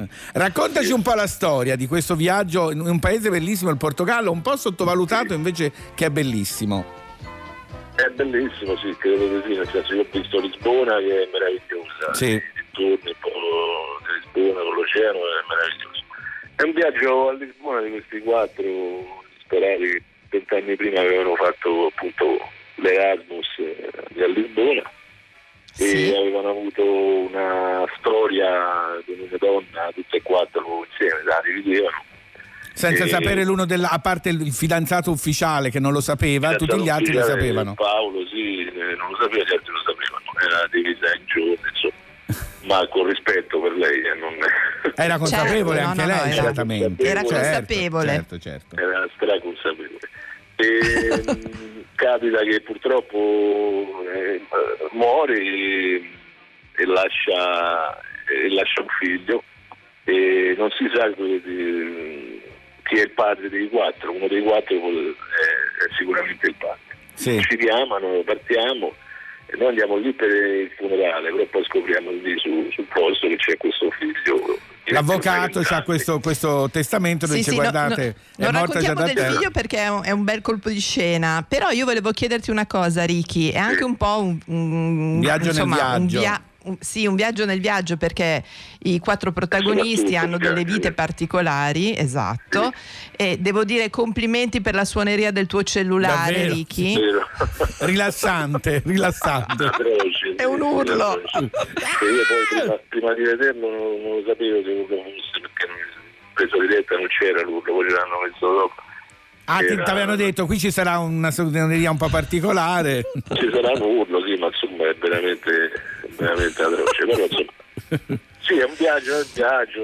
Speaker 3: Raccontaci un po' la storia di questo viaggio in un paese bellissimo, il Portogallo, un po' sottovalutato invece che è bellissimo.
Speaker 22: È bellissimo, sì, credo di sì, nel senso io ho visto Lisbona che è meravigliosa,
Speaker 3: sì.
Speaker 22: I dintorni un po' di Lisbona con l'oceano è meraviglioso. È un viaggio a Lisbona di questi 4 disperati che 20 anni prima avevano fatto appunto l'Erasmus a Lisbona.
Speaker 3: Sì.
Speaker 22: E avevano avuto una storia di una donna, tutte e 4 insieme, la dividevano.
Speaker 3: Senza sapere l'uno a parte il fidanzato ufficiale che non lo sapeva, tutti gli altri lo sapevano.
Speaker 22: Paolo sì, non lo sapeva, gli altri lo sapevano, era divisa in giorni, insomma, ma con rispetto per lei. Non...
Speaker 3: Era consapevole anche lei,
Speaker 6: era,
Speaker 3: certamente.
Speaker 6: Era consapevole.
Speaker 3: Certo.
Speaker 22: Era straconsapevole. E capita che purtroppo muore e lascia un figlio e non si sa chi è il padre dei 4, uno dei 4 è sicuramente il padre.
Speaker 3: Sì.
Speaker 22: Ci chiamano, partiamo e noi andiamo lì per il funerale, però poi scopriamo lì sul posto che c'è questo figlio.
Speaker 3: L'avvocato ha questo testamento dove dice guardate,
Speaker 6: non
Speaker 3: è morta già
Speaker 6: raccontiamo
Speaker 3: da
Speaker 6: del
Speaker 3: terra.
Speaker 6: figlio perché è un bel colpo di scena, però io volevo chiederti una cosa, Ricky, è anche un po' un
Speaker 3: viaggio nel viaggio.
Speaker 6: Un viaggio nel viaggio, perché i 4 protagonisti hanno delle vite particolari, esatto, e devo dire complimenti per la suoneria del tuo cellulare. Davvero? Ricky.
Speaker 3: rilassante
Speaker 6: è un urlo.
Speaker 22: Io poi prima di vederlo non lo sapevo se urlo fosse, perché preso diretta non c'era l'urlo, poi ce l'hanno messo dopo.
Speaker 3: Ti avevano detto qui ci sarà una suoneria un po' particolare.
Speaker 22: Ci sarà un urlo, sì, ma insomma è veramente atroce. Però insomma sì, è un viaggio,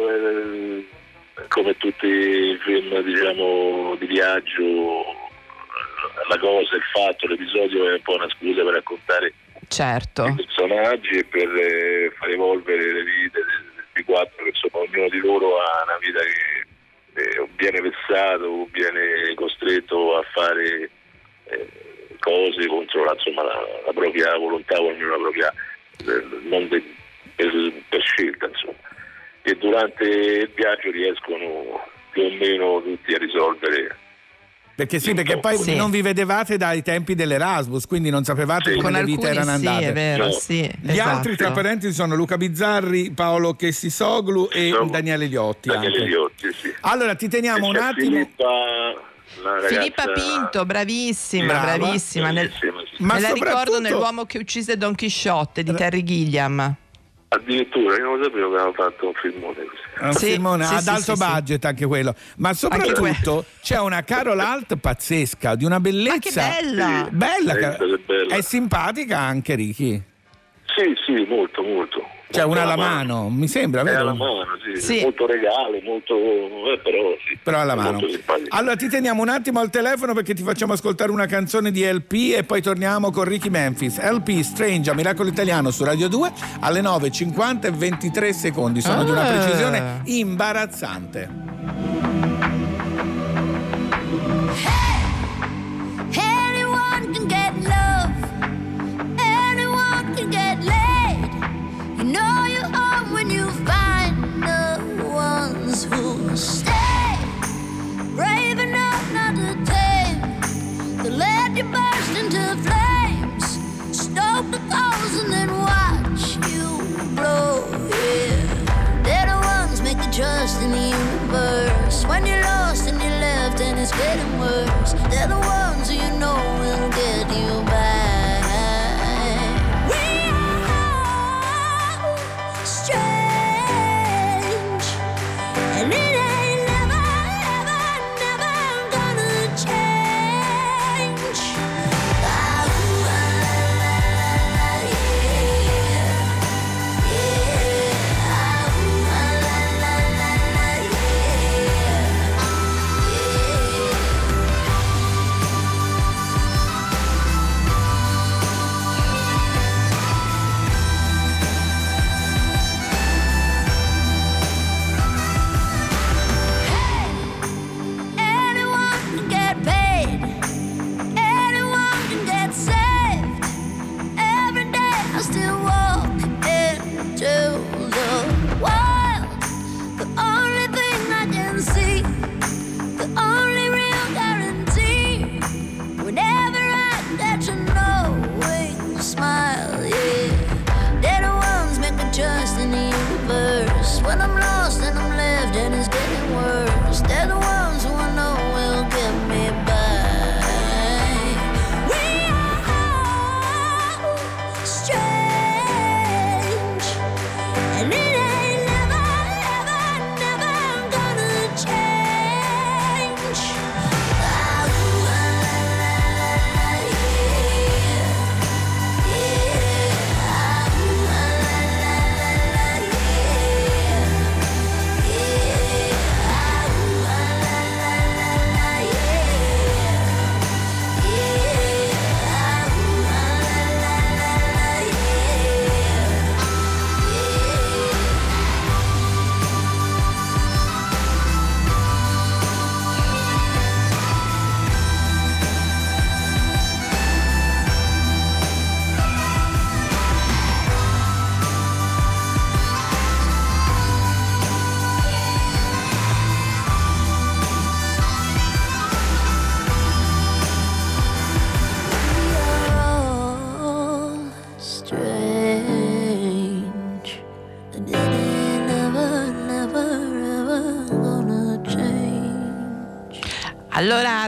Speaker 22: come tutti i film diciamo di viaggio, la cosa, il fatto, l'episodio è un po' una scusa per raccontare i personaggi e per far evolvere le vite dei 4, che insomma ognuno di loro ha una vita che viene vessato o viene costretto a fare cose contro la propria volontà, o almeno la propria per scelta, insomma. E durante il viaggio riescono più o meno tutti a risolvere.
Speaker 3: Perché poi non vi vedevate dai tempi dell'Erasmus, quindi non sapevate come le vite erano andate.
Speaker 6: È vero,
Speaker 22: No.
Speaker 3: Gli altri, tra parentesi, sono Luca Bizzarri, Paolo Chessisoglu e Daniele Liotti.
Speaker 22: Sì.
Speaker 3: Allora ti teniamo un attimo.
Speaker 6: Filippa Pinto, bravissima. Me la ricordo nell'uomo che uccise Don Chisciotte di Terry Gilliam.
Speaker 22: Addirittura io non lo sapevo che avevano fatto un filmone così.
Speaker 3: Un filmone ad alto budget anche quello, ma soprattutto c'è una Carol Alt pazzesca, di una bellezza.
Speaker 6: Ma che bella!
Speaker 22: Bella.
Speaker 3: È simpatica anche, Ricky.
Speaker 22: Sì, molto.
Speaker 3: C'è una alla mano, mi sembra, vero?
Speaker 22: Alla mano, sì. Molto regale, molto
Speaker 3: però alla mano. Allora ti teniamo un attimo al telefono perché ti facciamo ascoltare una canzone di LP e poi torniamo con Ricky Memphis. LP Strange a Miracolo Italiano su Radio 2 alle 9:50 e 23 secondi. Sono di una precisione imbarazzante.
Speaker 2: Anyone can get love, anyone can get laid. You know you are when you find the ones who stay, brave enough not to tame, to let you burst into flames, stoke the coals and then watch you blow. Yeah, they're the ones make you trust in the universe. When you're lost and you're left and it's getting worse, they're the ones who you know will get you back. Strange, and it ain't never gonna change.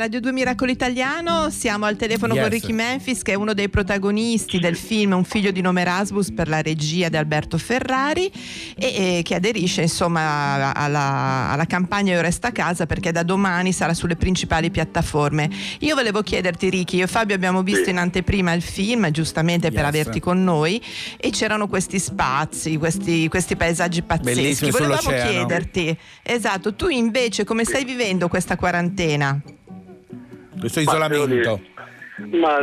Speaker 6: Radio 2 Miracolo Italiano, siamo al telefono con Ricky Memphis, che è uno dei protagonisti del film Un figlio di nome Erasmus, per la regia di Alberto Ferrari, e che aderisce insomma alla campagna Io resto a casa, perché da domani sarà sulle principali piattaforme. Io volevo chiederti, Ricky, io e Fabio abbiamo visto in anteprima il film, giustamente per averti con noi, e c'erano questi spazi, questi paesaggi pazzeschi. Volevamo chiederti, esatto, tu invece come stai vivendo questa quarantena?
Speaker 3: Questo isolamento?
Speaker 22: Ma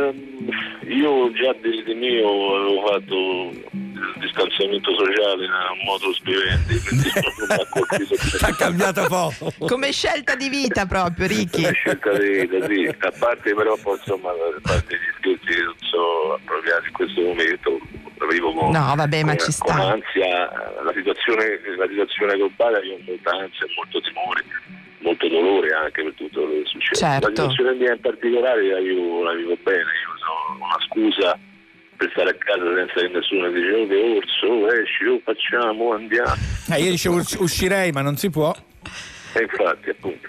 Speaker 22: io già di mio avevo fatto il distanziamento sociale in un modo spiovente, quindi non mi ha colpito.
Speaker 3: Ha cambiato poco.
Speaker 6: Come scelta di vita proprio, Ricky.
Speaker 22: Come scelta di vita, sì. A parte però insomma, a parte gli scherzi non so appropriati in questo momento, arrivo con,
Speaker 6: no, vabbè, ma ci sta.
Speaker 22: con ansia, la situazione globale, io ho molta ansia, molto timore, molto dolore anche per tutto quello che succede.
Speaker 6: Certo.
Speaker 22: La situazione mia in particolare la vivo bene, io sono una scusa per stare a casa senza che nessuno dice oh che orso, esci, facciamo, andiamo.
Speaker 3: Io dicevo uscirei, ma non si può.
Speaker 22: E infatti, appunto.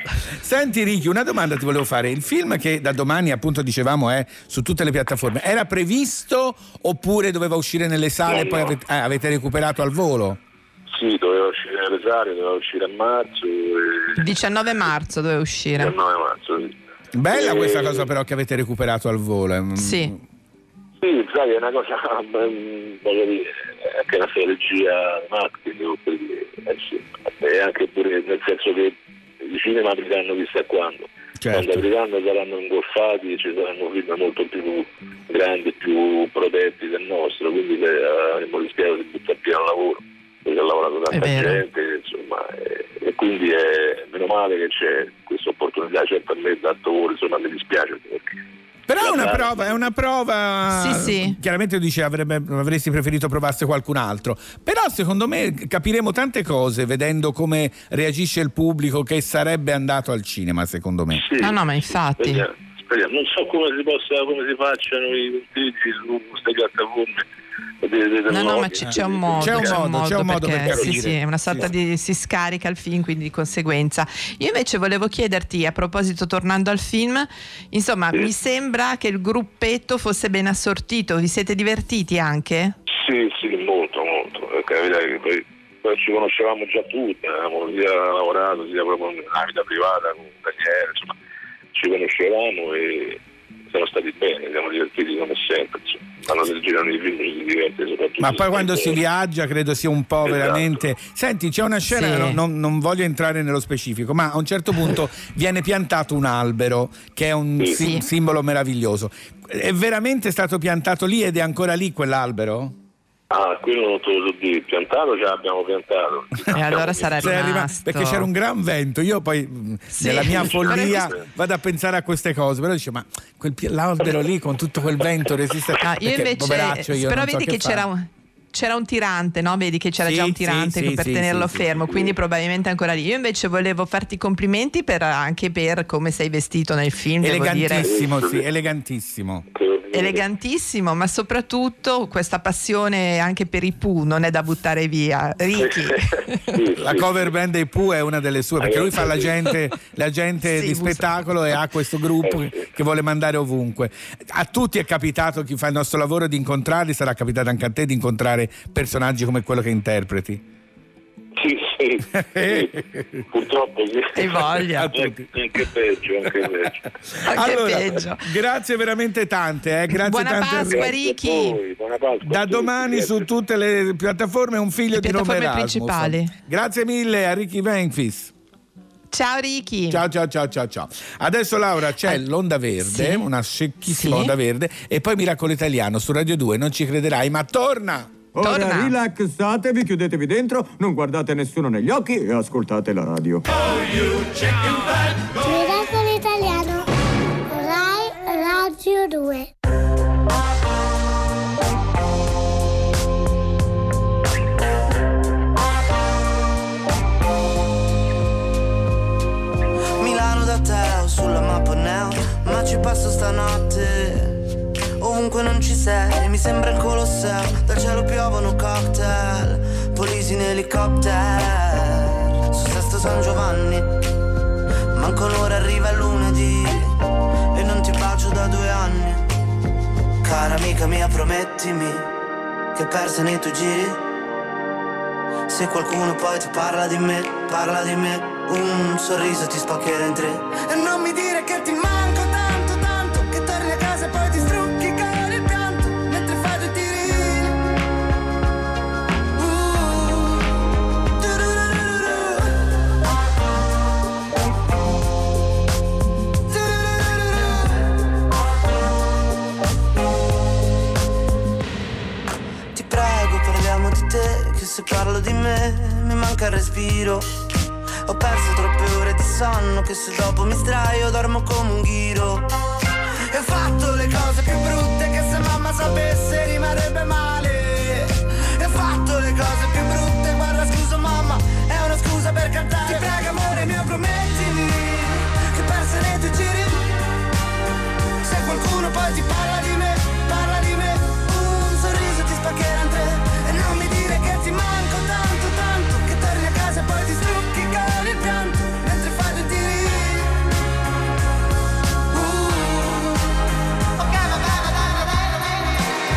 Speaker 3: Senti Ricky, una domanda ti volevo fare. Il film che da domani appunto dicevamo è su tutte le piattaforme, era previsto oppure doveva uscire nelle sale e poi avete recuperato al volo?
Speaker 22: Sì, doveva uscire nelle sale, doveva uscire a marzo.
Speaker 6: Il 19 marzo doveva uscire.
Speaker 22: 19 marzo, sì.
Speaker 3: Bella questa cosa però che avete recuperato al volo.
Speaker 6: Sì.
Speaker 22: Sì, sai, è una cosa, voglio dire, è anche una strategia marketing, sì. E anche pure nel senso che i cinema apriranno chissà quando.
Speaker 3: Certo.
Speaker 22: Quando apriranno saranno ingolfati e ci saranno film molto più grandi, più protetti del nostro, quindi avremo rischiato di buttare via il lavoro, perché ha lavorato tanta gente, insomma, e quindi è meno male che c'è questa opportunità, certo a me da lavoro, insomma, mi dispiace perché.
Speaker 3: Però è una prova.
Speaker 6: Sì.
Speaker 3: Chiaramente dice avresti preferito provasse qualcun altro. Però secondo me capiremo tante cose vedendo come reagisce il pubblico che sarebbe andato al cinema, secondo me.
Speaker 22: Sì.
Speaker 6: No, ma infatti.
Speaker 22: Speriamo. Non so come si facciano i punteggi su queste piattaforme.
Speaker 6: No, ma c'è un modo.
Speaker 3: C'è un modo per capire.
Speaker 6: Sì, è una sorta di si scarica il film, quindi di conseguenza. Io invece volevo chiederti, a proposito, tornando al film, insomma, mi sembra che il gruppetto fosse ben assortito. Vi siete divertiti anche?
Speaker 22: Sì, molto. Perché poi ci conoscevamo già tutti, avevamo sia lavorato sia proprio nella vita privata con Daniele, insomma, ci conoscevamo e siamo stati bene, siamo divertiti come sempre, insomma. Quando si girano i film si diverte soprattutto.
Speaker 3: Ma poi quando si viaggia credo sia un po' veramente. Senti, c'è una scena, non voglio entrare nello specifico, ma a un certo punto viene piantato un albero che è un simbolo meraviglioso. È veramente stato piantato lì ed è ancora lì quell'albero?
Speaker 22: Ah, quello non te lo so dire, piantato già abbiamo piantato.
Speaker 6: E allora sarà rimasto.
Speaker 3: Perché c'era un gran vento, io poi nella mia follia vado a pensare a queste cose, però dice ma l'albero lì con tutto quel vento resiste.
Speaker 6: Io invece però vedi che c'era un tirante, no? Vedi che c'era già un tirante per tenerlo fermo, quindi probabilmente ancora lì. Io invece volevo farti i complimenti anche per come sei vestito nel film.
Speaker 3: Elegantissimo,
Speaker 6: devo dire.
Speaker 3: elegantissimo,
Speaker 6: ma soprattutto questa passione anche per i Pooh non è da buttare via. Ricky.
Speaker 3: La cover band dei Pooh è una delle sue, perché lui fa l'agente di spettacolo e ha questo gruppo che vuole mandare ovunque. A tutti è capitato, chi fa il nostro lavoro, di incontrarli, sarà capitato anche a te di incontrare personaggi come quello che interpreti.
Speaker 22: Sì. Purtroppo sì.
Speaker 6: Hai voglia.
Speaker 22: Anche peggio.
Speaker 3: Allora,
Speaker 6: peggio.
Speaker 3: Grazie veramente tante. Grazie
Speaker 6: buona
Speaker 3: tante.
Speaker 6: Pasqua, Ricky.
Speaker 22: Buona Pasqua.
Speaker 3: Da domani su tutte le piattaforme un figlio di nome Erasmus.
Speaker 6: Principali.
Speaker 3: Grazie mille a Ricky Memphis.
Speaker 6: Ciao Ricky.
Speaker 3: Ciao. Adesso Laura c'è l'Onda Verde, una scecchissima Onda Verde, e poi Miracolo Italiano su Radio 2, non ci crederai, ma torna!
Speaker 4: Ora rilassatevi, chiudetevi dentro, non guardate nessuno negli occhi e ascoltate la radio.
Speaker 12: Miracolo Italiano, Rai Radio 2.
Speaker 5: Milano da te o sulla mappa neo, ma ci passo stanotte. Ovunque non ci sei, mi sembra il Colosseo. Dal cielo piovono cocktail, polisi in elicottero su Sesto San Giovanni. manco un'ora arriva il lunedì e non ti bacio da 2 anni. Cara amica mia, promettimi che persa nei tuoi giri. Se qualcuno poi ti parla di me, un sorriso ti spaccherà in 3. E non mi dire che ti manco tanto, tanto, che torni a casa e poi ti strucchi con il pianto mentre fai 2 tirini. Ti prego, parliamo di te, che se parlo di me mi manca il respiro. Ho perso troppe ore di sonno, che se dopo mi sdraio dormo come un ghiro. E ho fatto le cose più brutte, che se mamma sapesse rimarrebbe male. E ho fatto le cose più brutte, guarda scusa mamma, è una scusa per cantare. Ti prego amore mio, promettimi che persa nei tuoi giri. Se qualcuno poi ti parla di me, un sorriso ti spaccherà in 3. E non mi dire che ti manco tanto, tanto, che torni a casa e poi ti strucchi con il pianto mentre fai 2 tiri. Ok, va bene.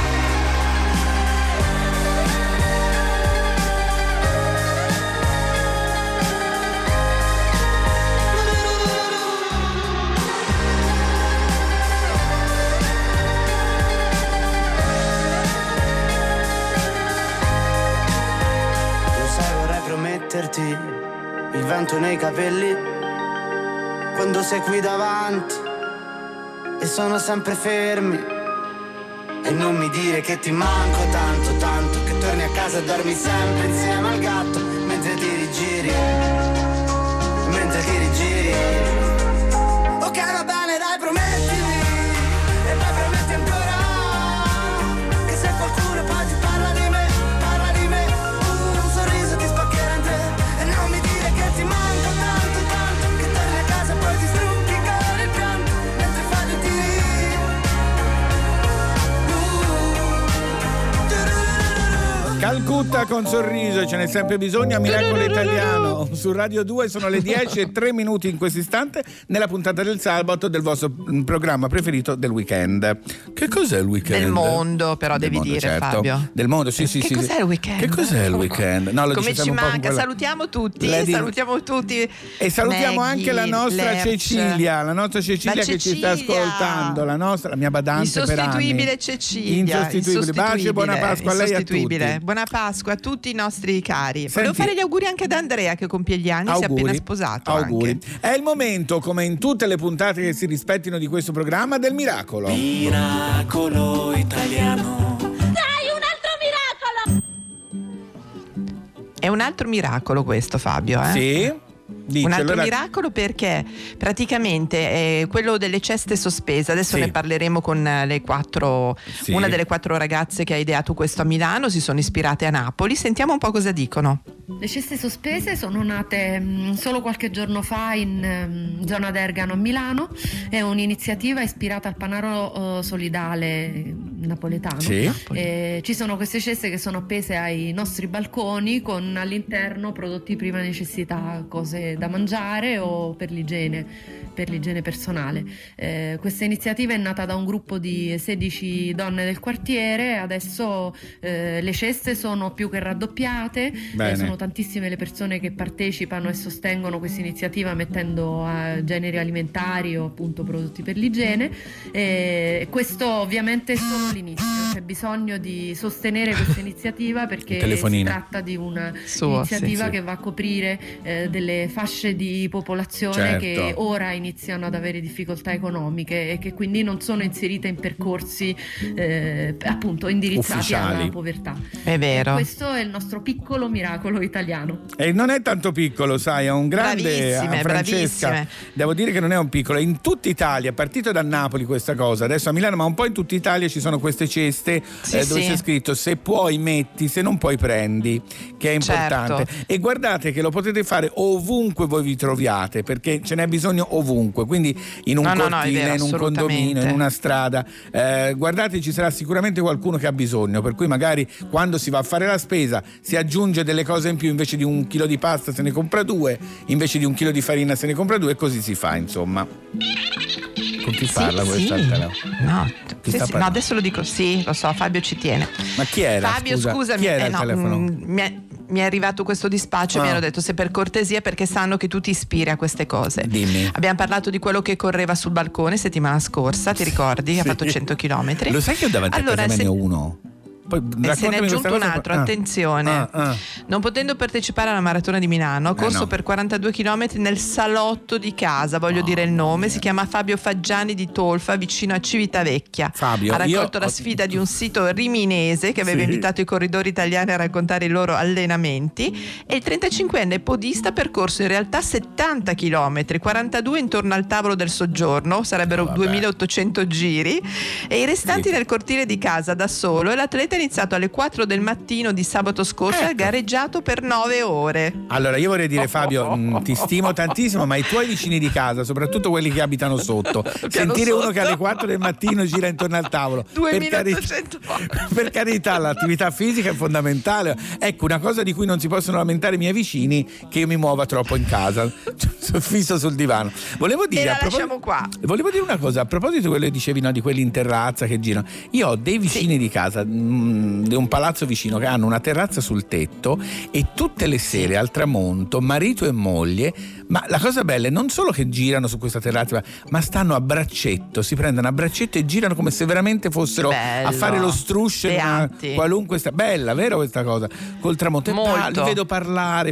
Speaker 5: Lo sai, vorrei prometterti il vento nei capelli quando sei qui davanti e sono sempre fermi. E non mi dire che ti manco tanto, tanto, che torni a casa e dormi sempre insieme al gatto mentre ti rigiri, mentre ti rigiri. Ok, va bene, dai, promettimi, e poi prometti ancora che se qualcuno poi ti parla di me, un sorriso ti spaccherà in 3. E non mi dire che ti manco tanto, tanto, che torni a casa e poi ti strucchi con il pianto mentre fai 2 tiri.
Speaker 3: Calcutta con sorriso, ce n'è sempre bisogno a Miracolo Italiano su Radio 2. Sono le 10:03 in questo istante, nella puntata del sabato del vostro programma preferito del weekend. Che cos'è il weekend?
Speaker 6: Del mondo, però
Speaker 3: del
Speaker 6: devi
Speaker 3: mondo,
Speaker 6: dire,
Speaker 3: certo.
Speaker 6: Fabio.
Speaker 3: Del mondo, sì.
Speaker 6: Che cos'è il weekend?
Speaker 3: Che cos'è il weekend? No, lo
Speaker 6: come
Speaker 3: diciamo
Speaker 6: ci
Speaker 3: un po' con
Speaker 6: manca,
Speaker 3: quella-
Speaker 6: salutiamo tutti,
Speaker 3: E salutiamo
Speaker 6: Maggie,
Speaker 3: anche la nostra
Speaker 6: Lerch.
Speaker 3: Cecilia, che ci sta ascoltando, la mia badante per anni.
Speaker 6: Insostituibile Cecilia.
Speaker 3: Insostituibile. Bacio e buona Pasqua a lei e a tutti.
Speaker 6: Buona Pasqua a tutti i nostri cari.
Speaker 3: Senti,
Speaker 6: volevo fare gli auguri anche ad Andrea che compie gli anni, si è appena sposato.
Speaker 3: Auguri.
Speaker 6: Anche.
Speaker 3: È il momento, come in tutte le puntate che si rispettino di questo programma, del miracolo.
Speaker 7: Miracolo italiano.
Speaker 12: Dai, un altro miracolo!
Speaker 6: È un altro miracolo questo, Fabio, eh?
Speaker 3: Sì. Dice,
Speaker 6: un altro
Speaker 3: allora...
Speaker 6: miracolo, perché praticamente è quello delle ceste sospese. Adesso ne parleremo con le 4.
Speaker 3: Sì.
Speaker 6: Una delle 4 ragazze che ha ideato questo a Milano si sono ispirate a Napoli. Sentiamo un po' cosa dicono.
Speaker 1: Le ceste sospese sono nate solo qualche giorno fa in zona d'Ergano a Milano. È un'iniziativa ispirata al Panaro solidale napoletano.
Speaker 3: Sì.
Speaker 1: Ci sono queste ceste che sono appese ai nostri balconi con all'interno prodotti di prima necessità, cose da mangiare o per l'igiene personale. Questa iniziativa è nata da un gruppo di 16 donne del quartiere. Adesso le ceste sono più che raddoppiate. Sono tantissime le persone che partecipano e sostengono questa iniziativa mettendo generi alimentari o appunto prodotti per l'igiene. Questo ovviamente è solo l'inizio, c'è bisogno di sostenere questa iniziativa perché si tratta di un'iniziativa che va a coprire delle fasce di popolazione che ora iniziano ad avere difficoltà economiche e che quindi non sono inserite in percorsi appunto indirizzati
Speaker 3: ufficiali
Speaker 1: alla povertà.
Speaker 6: È vero.
Speaker 1: Questo è il nostro piccolo miracolo italiano.
Speaker 3: E non è tanto piccolo, sai, è un grande. Francesca,
Speaker 6: bravissime.
Speaker 3: devo dire che non è un piccolo. In tutta Italia, è partito da Napoli questa cosa, adesso a Milano, ma un po' in tutta Italia ci sono queste ceste richieste dove c'è scritto se puoi metti, se non puoi prendi, che è importante. E guardate che lo potete fare ovunque voi vi troviate, perché ce n'è bisogno ovunque, quindi in un cortile,
Speaker 6: vero,
Speaker 3: in un condominio, in una strada, guardate, ci sarà sicuramente qualcuno che ha bisogno, per cui magari quando si va a fare la spesa si aggiunge delle cose in più, invece di 1 chilo di pasta se ne compra 2, invece di 1 chilo di farina se ne compra 2, e così si fa, insomma. Con chi parla questa?
Speaker 6: No, no, adesso lo dico, sì, lo so, Fabio ci tiene.
Speaker 3: Ma chi era?
Speaker 6: Fabio, scusami,
Speaker 3: chi era il telefono?
Speaker 6: Mi è arrivato questo dispaccio e mi hanno detto se per cortesia, perché sanno che tu ti ispiri a queste cose.
Speaker 3: Dimmi.
Speaker 6: Abbiamo parlato di quello che correva sul balcone settimana scorsa, ti ricordi? Ha fatto 100 chilometri.
Speaker 3: Lo sai che ho davanti a casa me ne ho uno? Poi,
Speaker 6: se ne è aggiunto un altro, attenzione. Non potendo partecipare alla maratona di Milano, ha corso per 42 km nel salotto di casa, voglio dire il nome, si chiama Fabio Faggiani di Tolfa, vicino a Civitavecchia.
Speaker 3: Fabio,
Speaker 6: ha raccolto la sfida di un sito riminese che aveva invitato i corridori italiani a raccontare i loro allenamenti, e il 35enne podista ha percorso in realtà 70 km, 42 intorno al tavolo del soggiorno, sarebbero 2800 giri, e i restanti nel cortile di casa da solo, e l'atleta è iniziato alle 4 del mattino di sabato scorso e ha gareggiato per 9 ore.
Speaker 3: Allora io vorrei dire, Fabio, ti stimo tantissimo, ma i tuoi vicini di casa, soprattutto quelli che abitano sotto, sentire uno che alle 4 del mattino gira intorno al tavolo,
Speaker 6: 2800
Speaker 3: per carità, l'attività fisica è fondamentale. Ecco, una cosa di cui non si possono lamentare i miei vicini, che io mi muova troppo in casa, sono fisso sul divano. Volevo dire, volevo dire una cosa a proposito di quello che dicevi, no, di quelli in terrazza che girano. Io ho dei vicini di casa di un palazzo vicino che hanno una terrazza sul tetto, e tutte le sere al tramonto marito e moglie, ma la cosa bella è non solo che girano su questa terrazza, ma stanno a braccetto, si prendono a braccetto e girano come se veramente fossero a fare lo struscio in una qualunque bella, vero questa cosa, col tramonto. E li vedo parlare,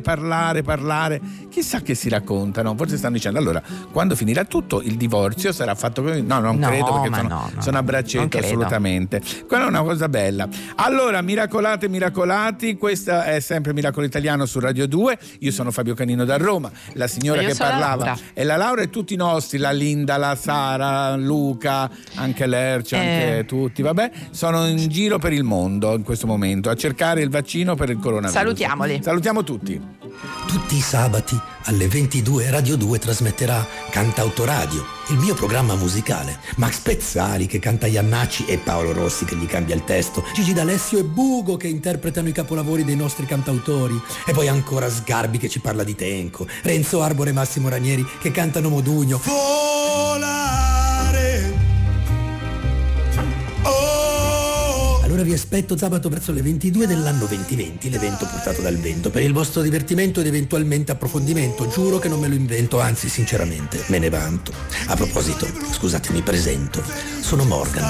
Speaker 3: chissà che si raccontano, forse stanno dicendo allora quando finirà tutto il divorzio sarà fatto così. No, non credo, perché sono a braccetto, assolutamente. Quella è una cosa bella. Allora, miracolati, questa è sempre Miracolo Italiano su Radio 2. Io sono Fabio Canino da Roma, la signora che parlava è la Laura, e tutti i nostri, la Linda, la Sara, Luca, anche Lercia, anche tutti, vabbè, sono in giro per il mondo in questo momento a cercare il vaccino per il coronavirus. Salutiamo tutti.
Speaker 8: Tutti i sabati alle 22 Radio 2 trasmetterà Cantautoradio, il mio programma musicale. Max Pezzali che canta Iannacci e Paolo Rossi che gli cambia il testo, Gigi D'Alessio e Bugo che interpretano i capolavori dei nostri cantautori, e poi ancora Sgarbi che ci parla di Tenco, Renzo Arbore e Massimo Ranieri che cantano Modugno. Allora vi aspetto sabato verso le 22 dell'anno 2020, l'evento portato dal vento, per il vostro divertimento ed eventualmente approfondimento. Giuro che non me lo invento, anzi sinceramente me ne vanto. A proposito, scusate, mi presento, sono Morgan.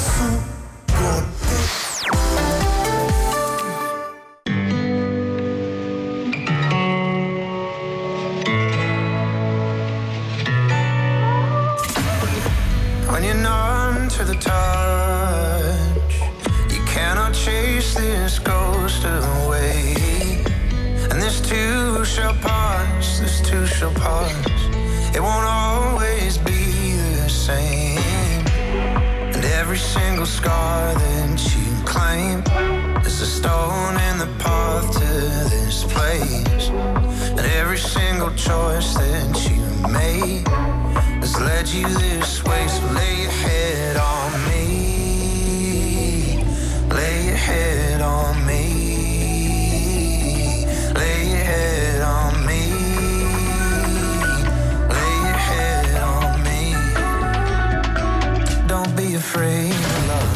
Speaker 7: When you're numb to the touch, you cannot chase this ghost away. And this too shall pass, this too shall pass. It won't always be the same. And every single scar that you claim is a stone in the path to this place. And every single choice that you made has led you this way. So lay your head on me, lay your head on me, lay your head on me, lay your head on me. Don't be afraid of love.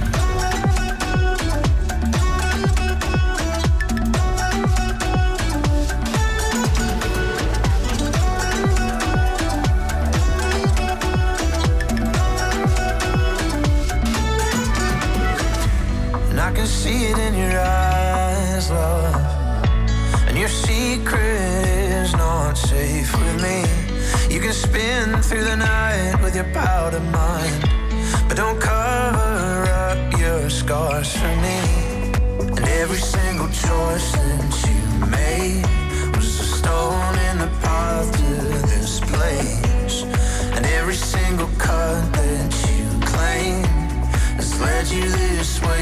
Speaker 7: I can see it in your eyes, love. And your secret is not safe with me. You can spin through the night with your powder mind, but don't cover up your scars for me. And every single choice that you made was a stone in the path to this place. And every single cut that you claimed has led you this way.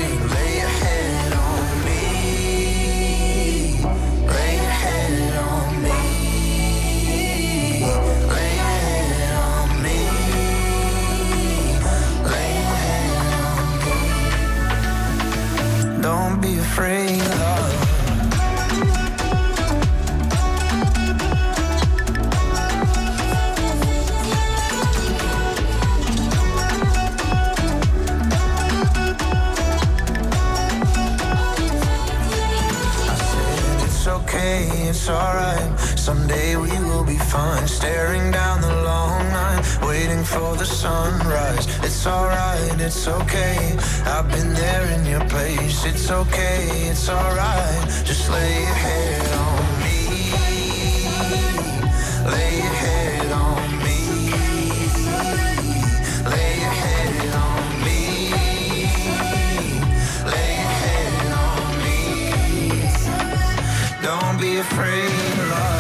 Speaker 7: someday we will be fine. Staring down the long night, waiting for the sunrise. It's alright, it's okay. I've been there in your place. It's okay, it's alright. Just lay your head on me. Lay your head on me. Lay your head on me. Lay your head on me. Don't be afraid of love.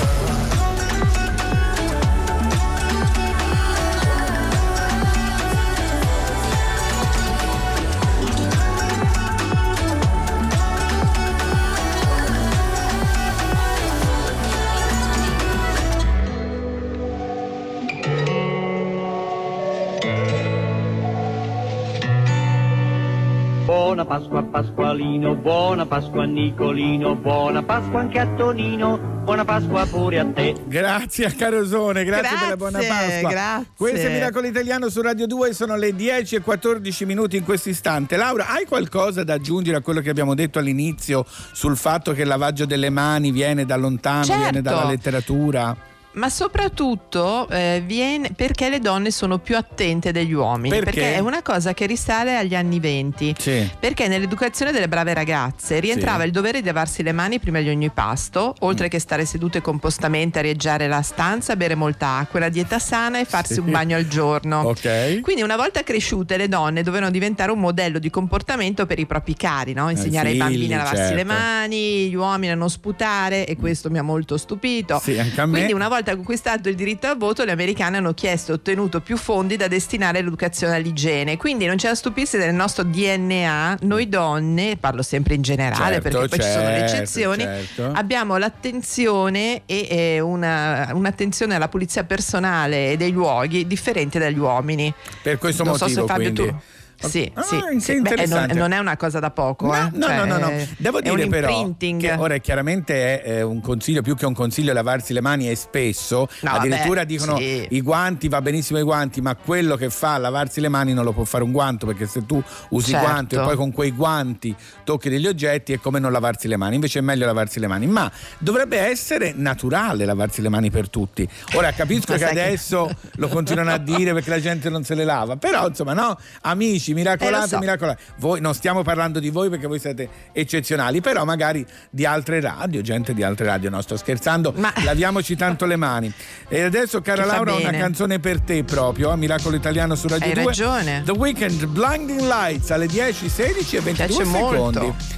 Speaker 10: Buona Pasqua a Pasqualino, buona Pasqua a Nicolino, buona Pasqua anche a Tonino, buona Pasqua pure a te.
Speaker 3: Grazie a Carosone, grazie per la buona Pasqua.
Speaker 6: Grazie.
Speaker 3: Questo è Miracolo Italiano su Radio 2, sono le 10:14 in questo istante. Laura, hai qualcosa da aggiungere a quello che abbiamo detto all'inizio sul fatto che il lavaggio delle mani viene da lontano,
Speaker 6: Certo.
Speaker 3: viene dalla letteratura?
Speaker 6: Ma soprattutto viene perché le donne sono più attente degli uomini.
Speaker 3: Perché?
Speaker 6: È una cosa che risale agli anni 20.
Speaker 3: Sì.
Speaker 6: Perché nell'educazione delle brave ragazze rientrava il dovere di lavarsi le mani prima di ogni pasto, oltre che stare sedute compostamente, arieggiare la stanza, bere molta acqua, una dieta sana e farsi un bagno al giorno.
Speaker 3: Ok.
Speaker 6: Quindi una volta cresciute le donne dovevano diventare un modello di comportamento per i propri cari, no? Insegnare ai bambini a lavarsi le mani, gli uomini a non sputare, e questo mi ha molto stupito.
Speaker 3: Sì, anche a me.
Speaker 6: Quindi una volta conquistato il diritto al voto, le americane hanno chiesto e ottenuto più fondi da destinare all'educazione e all'igiene. Quindi non c'è da stupirsi del nostro DNA, noi donne, parlo sempre in generale perché poi ci sono le eccezioni, abbiamo l'attenzione e un'attenzione alla pulizia personale e dei luoghi differente dagli uomini.
Speaker 3: Per questo
Speaker 6: non
Speaker 3: motivo,
Speaker 6: so se Fabio
Speaker 3: quindi.
Speaker 6: tu. Sì, sì.
Speaker 3: interessante.
Speaker 6: Non è una cosa da poco.
Speaker 3: No. Devo dire però che ora chiaramente è un consiglio, più che un consiglio, lavarsi le mani, e spesso addirittura dicono i guanti, va benissimo i guanti, ma quello che fa lavarsi le mani non lo può fare un guanto, perché se tu usi i guanti e poi con quei guanti tocchi degli oggetti è come non lavarsi le mani. Invece è meglio lavarsi le mani, ma dovrebbe essere naturale lavarsi le mani per tutti. Ora capisco che adesso lo continuano a dire perché la gente non se le lava, però insomma no, amici miracolati, miracolati. Voi, non stiamo parlando di voi perché voi siete eccezionali, però magari di altre radio, gente di altre radio, no, sto scherzando, laviamoci tanto le mani. E adesso, cara Laura, una canzone per te proprio, a Miracolo Italiano su Radio 2.
Speaker 6: Hai ragione.
Speaker 3: The Weeknd, Blinding Lights, alle 10:16 e 22 secondi.
Speaker 6: Molto.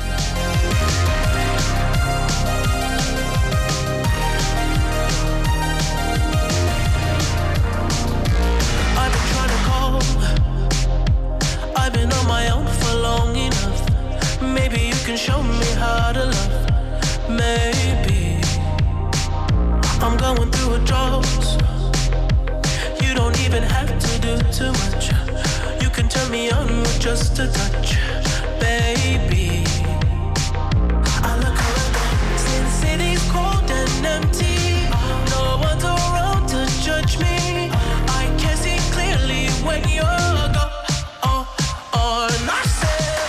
Speaker 7: I've been on my own for long enough. Maybe you can show me how to love. Maybe I'm going through a drought. You don't even have to do too much. You can turn me on with just a touch, baby. I look around since city's cold and empty. No one's around to judge me. I can see clearly when you're gone. And I said,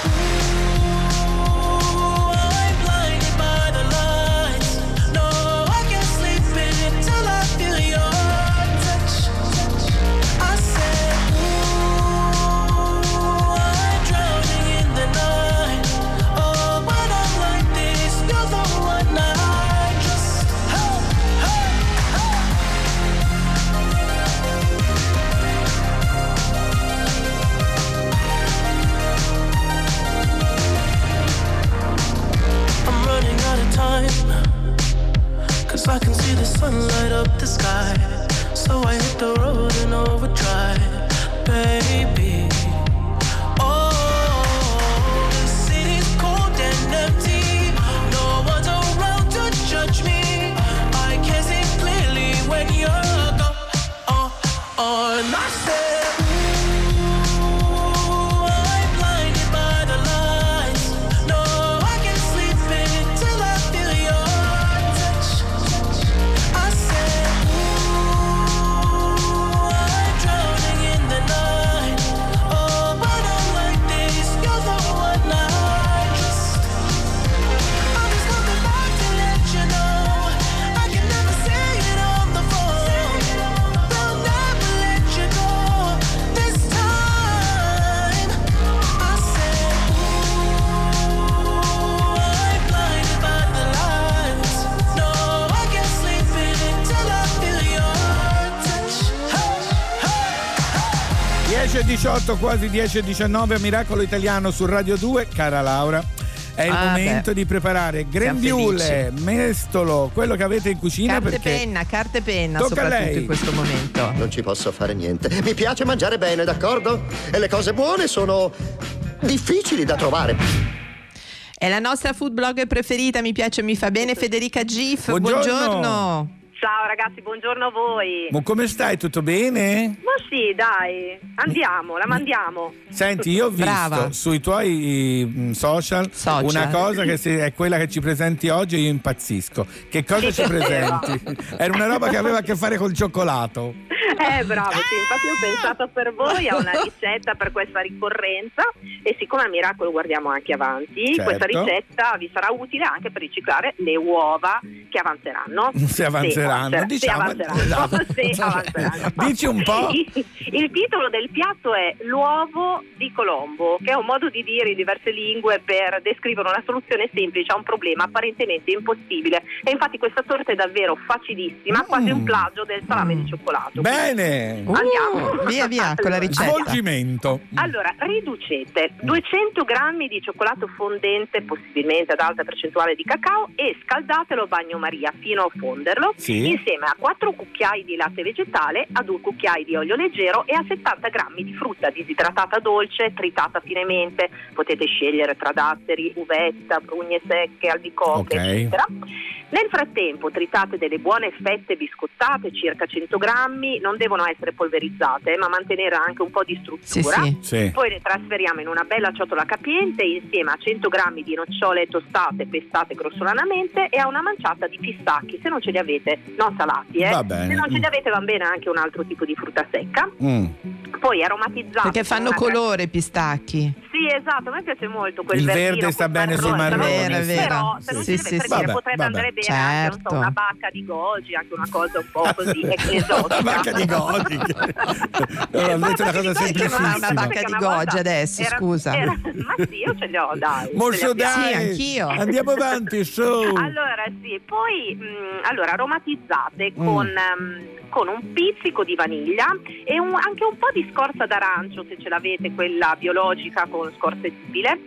Speaker 7: ooh, I'm blinded by the lights. No, I can't sleep until I feel your touch. I said, ooh, I'm drowning in
Speaker 3: 10:18, quasi 10:19 a Miracolo Italiano su Radio 2. Cara Laura, è il momento di preparare grembiule, mestolo, quello che avete in cucina.
Speaker 6: Carte e penna,
Speaker 3: tocca a
Speaker 6: soprattutto
Speaker 3: lei.
Speaker 6: in questo momento.
Speaker 11: Non ci posso fare niente. Mi piace mangiare bene, d'accordo? E le cose buone sono difficili da trovare.
Speaker 6: È la nostra food blogger preferita, mi piace, mi fa bene, Federica Giff. Buongiorno.
Speaker 14: Ciao ragazzi, buongiorno a voi.
Speaker 3: Ma come stai? Tutto bene?
Speaker 14: Ma sì, dai, andiamo, la mandiamo.
Speaker 3: Senti, io ho visto sui tuoi social una cosa che è quella che ci presenti oggi e io impazzisco. Che cosa ci presenti? Era una roba che aveva a che fare col cioccolato.
Speaker 14: Bravo, sì, infatti ho pensato per voi a una ricetta per questa ricorrenza e siccome a Miracolo guardiamo anche avanti,
Speaker 3: Certo.
Speaker 14: questa ricetta vi sarà utile anche per riciclare le uova che avanzeranno.
Speaker 3: Se avanzeranno, diciamo.
Speaker 14: Se avanzeranno.
Speaker 3: Dici un po'.
Speaker 14: Il titolo del piatto è l'uovo di Colombo, che è un modo di dire in diverse lingue per descrivere una soluzione semplice a un problema apparentemente impossibile. E infatti questa torta è davvero facilissima, quasi un plagio del salame di cioccolato.
Speaker 3: Bene.
Speaker 14: Andiamo.
Speaker 6: Via con la ricetta.
Speaker 3: Svolgimento.
Speaker 14: Allora, riducete 200 grammi di cioccolato fondente, possibilmente ad alta percentuale di cacao, e scaldatelo a bagnomaria fino a fonderlo, insieme a 4 cucchiai di latte vegetale, a 2 cucchiai di olio leggero e a 70 grammi di frutta disidratata dolce, tritata finemente. Potete scegliere tra datteri, uvetta, prugne secche, albicocche, eccetera. Nel frattempo tritate delle buone fette biscottate, circa 100 grammi, non devono essere polverizzate ma mantenere anche un po' di struttura.
Speaker 3: Sì.
Speaker 14: Poi le trasferiamo in una bella ciotola capiente insieme a 100 grammi di nocciole tostate pestate grossolanamente e a una manciata di pistacchi, se non ce li avete, non salati,
Speaker 3: Va bene.
Speaker 14: se non ce li avete va bene anche un altro tipo di frutta secca. Poi aromatizzate
Speaker 6: Perché fanno colore i pistacchi.
Speaker 14: Sì, esatto, a me piace molto quel
Speaker 3: Il
Speaker 14: verdino
Speaker 3: verde sta
Speaker 14: con
Speaker 3: bene sul marrone.
Speaker 6: È vero.
Speaker 14: Però se non
Speaker 6: Sì,
Speaker 14: si deve,
Speaker 6: sì,
Speaker 14: per
Speaker 6: sì.
Speaker 14: dire, potrebbe andare bene anche, non so, una bacca di goji, anche una cosa un po' così esotica.
Speaker 3: La bacca di goji. Ho detto una cosa semplicissima.
Speaker 6: Una bacca di goji adesso, scusa.
Speaker 14: Ma sì, io ce li ho, dai.
Speaker 3: Molto dai.
Speaker 6: Sì, anch'io.
Speaker 3: Andiamo avanti,
Speaker 14: Allora, sì, poi aromatizzate con un pizzico di vaniglia e anche un po' di scorza d'arancio, se ce l'avete, quella biologica con scorza edibile,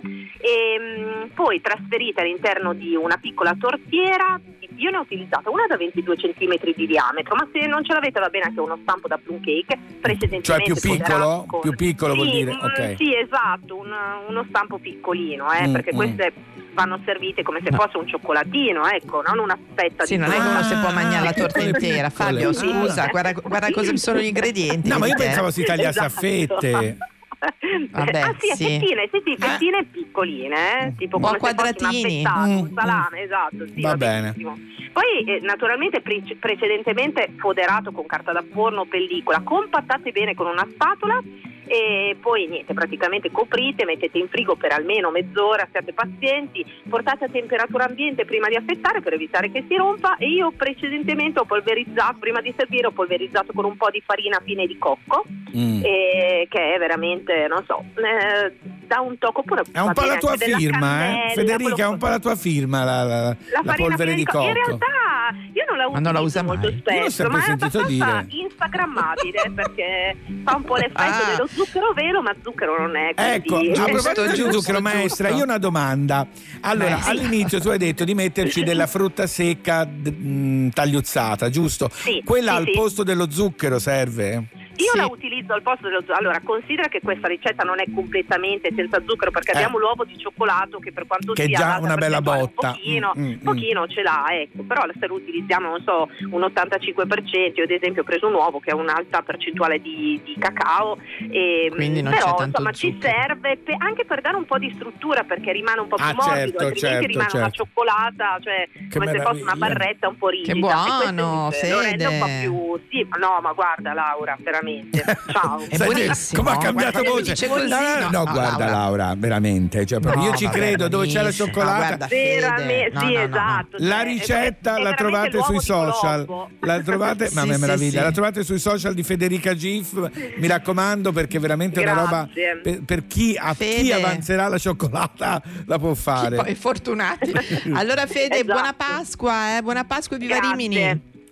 Speaker 14: e poi trasferite all'interno di una piccola tortiera. Io ne ho utilizzata una da 22 cm di diametro, ma se non ce l'avete va bene anche uno stampo da plum cake precedentemente.
Speaker 3: Cioè più piccolo?
Speaker 14: Con...
Speaker 3: Più piccolo vuol
Speaker 14: Sì,
Speaker 3: dire? Ok.
Speaker 14: sì, esatto, uno stampo piccolino, perché queste vanno servite come se fosse un cioccolatino, ecco, non una fetta
Speaker 6: Sì,
Speaker 14: di
Speaker 6: non è che uno si può mangiare la torta intera. Fabio, scusa, guarda cosa sono gli ingredienti.
Speaker 3: No, ma io
Speaker 6: di te.
Speaker 3: pensavo si tagliasse a fette.
Speaker 6: Vabbè,
Speaker 14: sì, fettine piccoline, tipo
Speaker 6: Un po'
Speaker 14: come se fosse
Speaker 6: quadratini.
Speaker 14: un affettato, un salame, esatto, sì,
Speaker 3: Va bene.
Speaker 14: benissimo. Poi naturalmente precedentemente foderato con carta da forno o pellicola, compattate bene con una spatola e poi niente, praticamente coprite, mettete in frigo per almeno mezz'ora, siate pazienti, portate a temperatura ambiente prima di affettare per evitare che si rompa, e io precedentemente ho polverizzato, prima di servire ho polverizzato con un po' di farina fine di cocco, che è veramente, non so, dà un tocco, pure
Speaker 3: È un po' la tua firma, Federica, è un po' la tua firma la polvere di cocco.
Speaker 14: In realtà io non la uso molto spesso, ma è abbastanza instagrammabile perché fa un po' l'effetto dello zucchero vero, ma zucchero non è.
Speaker 3: Ecco,
Speaker 14: quindi...
Speaker 3: a proposito di zucchero, maestra, io ho una domanda. Allora, all'inizio tu hai detto di metterci della frutta secca tagliuzzata, giusto?
Speaker 14: Sì,
Speaker 3: Quella
Speaker 14: sì,
Speaker 3: al
Speaker 14: sì.
Speaker 3: posto dello zucchero serve?
Speaker 14: Io la utilizzo al posto dello zucchero. Allora, considera che questa ricetta non è completamente senza zucchero, perché abbiamo l'uovo di cioccolato che per quanto
Speaker 3: Che è
Speaker 14: sia
Speaker 3: già
Speaker 14: alta
Speaker 3: una bella
Speaker 14: percentuale,
Speaker 3: botta.
Speaker 14: un pochino ce l'ha, ecco. Però se lo utilizziamo, non so, un 85%, io ad esempio ho preso un uovo che ha un'alta percentuale di cacao,
Speaker 6: Quindi non
Speaker 14: però
Speaker 6: c'è tanto
Speaker 14: insomma ci serve anche per dare un po' di struttura, perché rimane un po' più morbido, altrimenti
Speaker 3: certo,
Speaker 14: rimane una cioccolata, cioè come se fosse una barretta un po' rigida.
Speaker 6: Che buono,
Speaker 14: e questo lo rende un po'
Speaker 6: Fede.
Speaker 14: più... Sì, no, ma guarda Laura, veramente, ciao.
Speaker 6: È buonissimo.
Speaker 3: Come ha cambiato
Speaker 6: Guarda,
Speaker 3: voce?
Speaker 6: dice così,
Speaker 3: No, guarda Laura, veramente, cioè, proprio io ci
Speaker 6: vabbè,
Speaker 3: credo, dove c'è la
Speaker 6: buonissimo.
Speaker 3: cioccolata.
Speaker 6: No, guarda, Fede.
Speaker 14: Veramente, sì, esatto.
Speaker 3: La
Speaker 14: cioè,
Speaker 3: ricetta
Speaker 14: è
Speaker 3: la trovate
Speaker 14: veramente
Speaker 3: sui
Speaker 14: l'uovo di
Speaker 3: social.
Speaker 14: Colombo.
Speaker 3: La trovate, ma
Speaker 6: Sì,
Speaker 3: che
Speaker 6: sì,
Speaker 3: meraviglia.
Speaker 6: sì.
Speaker 3: La trovate sui social di Federica Giff. Mi raccomando, perché veramente è una roba
Speaker 14: Grazie.
Speaker 3: per chi
Speaker 6: Fede.
Speaker 3: avanzerà la cioccolata la può fare.
Speaker 6: Poi fortunati. Allora Fede,
Speaker 14: Esatto.
Speaker 6: buona Pasqua, buona Pasqua e viva
Speaker 14: Grazie.
Speaker 6: Rimini.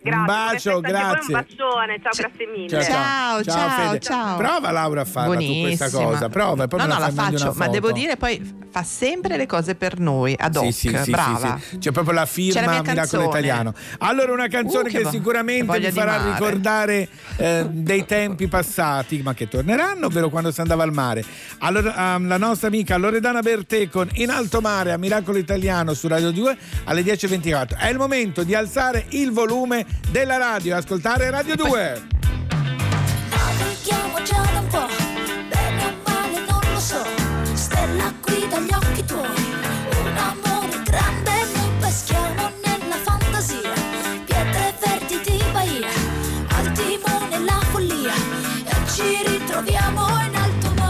Speaker 14: Grazie.
Speaker 3: Un bacio, grazie.
Speaker 14: Un bacione, ciao, grazie mille.
Speaker 6: Ciao.
Speaker 3: Prova Laura a farla tu questa cosa. Prova e poi me
Speaker 6: la
Speaker 3: fai mandare
Speaker 6: faccio,
Speaker 3: una
Speaker 6: ma
Speaker 3: foto.
Speaker 6: devo dire poi fa sempre le cose per noi ad hoc.
Speaker 3: Sì,
Speaker 6: brava.
Speaker 3: sì. C'è proprio la firma Miracolo
Speaker 6: canzone.
Speaker 3: Italiano. Allora una canzone che sicuramente vi farà ricordare dei tempi passati, ma che torneranno, ovvero quando si andava al mare. Allora, la nostra amica Loredana Bertè con In alto mare a Miracolo Italiano su Radio 2 alle 10:24. È il momento di alzare il volume della radio e ascoltare Radio 2.
Speaker 9: Navighiamo già da un po', bene o male non lo so. Stella qui dagli occhi tuoi, un amore grande, noi peschiamo nella fantasia. Pietre verdi di Bahia, al timone la follia, e ci ritroviamo in alto mare.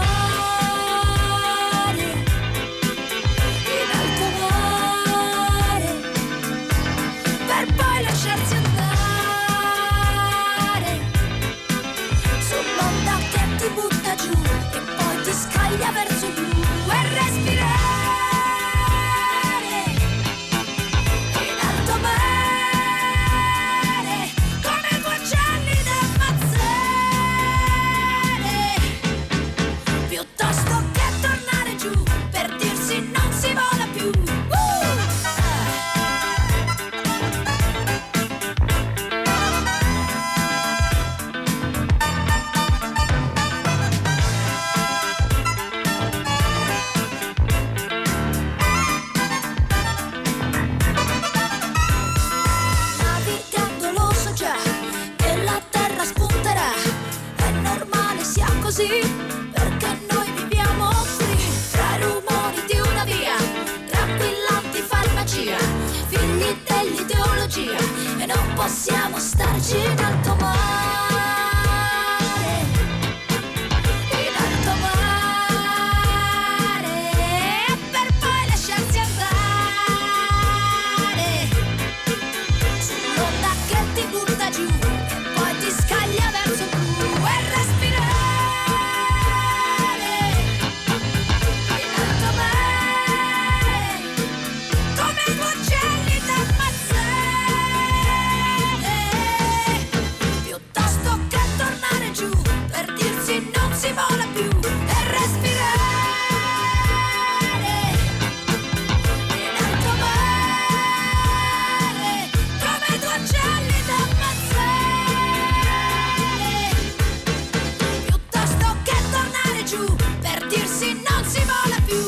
Speaker 9: In alto mare, per poi lasciarsi andare sull'onda che ti butta giù e poi ti scaglia verso blu e respirare in alto mare come due uccelli da ammazzare, piuttosto che tornare giù per dirsi non si vola più. Navigando lo so già che la terra spunterà, è normale sia così, perché noi viviamo qui, tra i rumori di una via, tranquillanti farmacia, figli dell'ideologia, e non possiamo starci in alto mare, in alto mare, per poi lasciarsi andare sull'onda che ti butta giù e poi ti scaglia verso blu e respirare in alto mare come due uccelli da ammazzare, piuttosto che tornare giù per dirsi non si vola più e respirare in alto mare come due uccelli da ammazzare, piuttosto che tornare giù per dirsi non si vola più.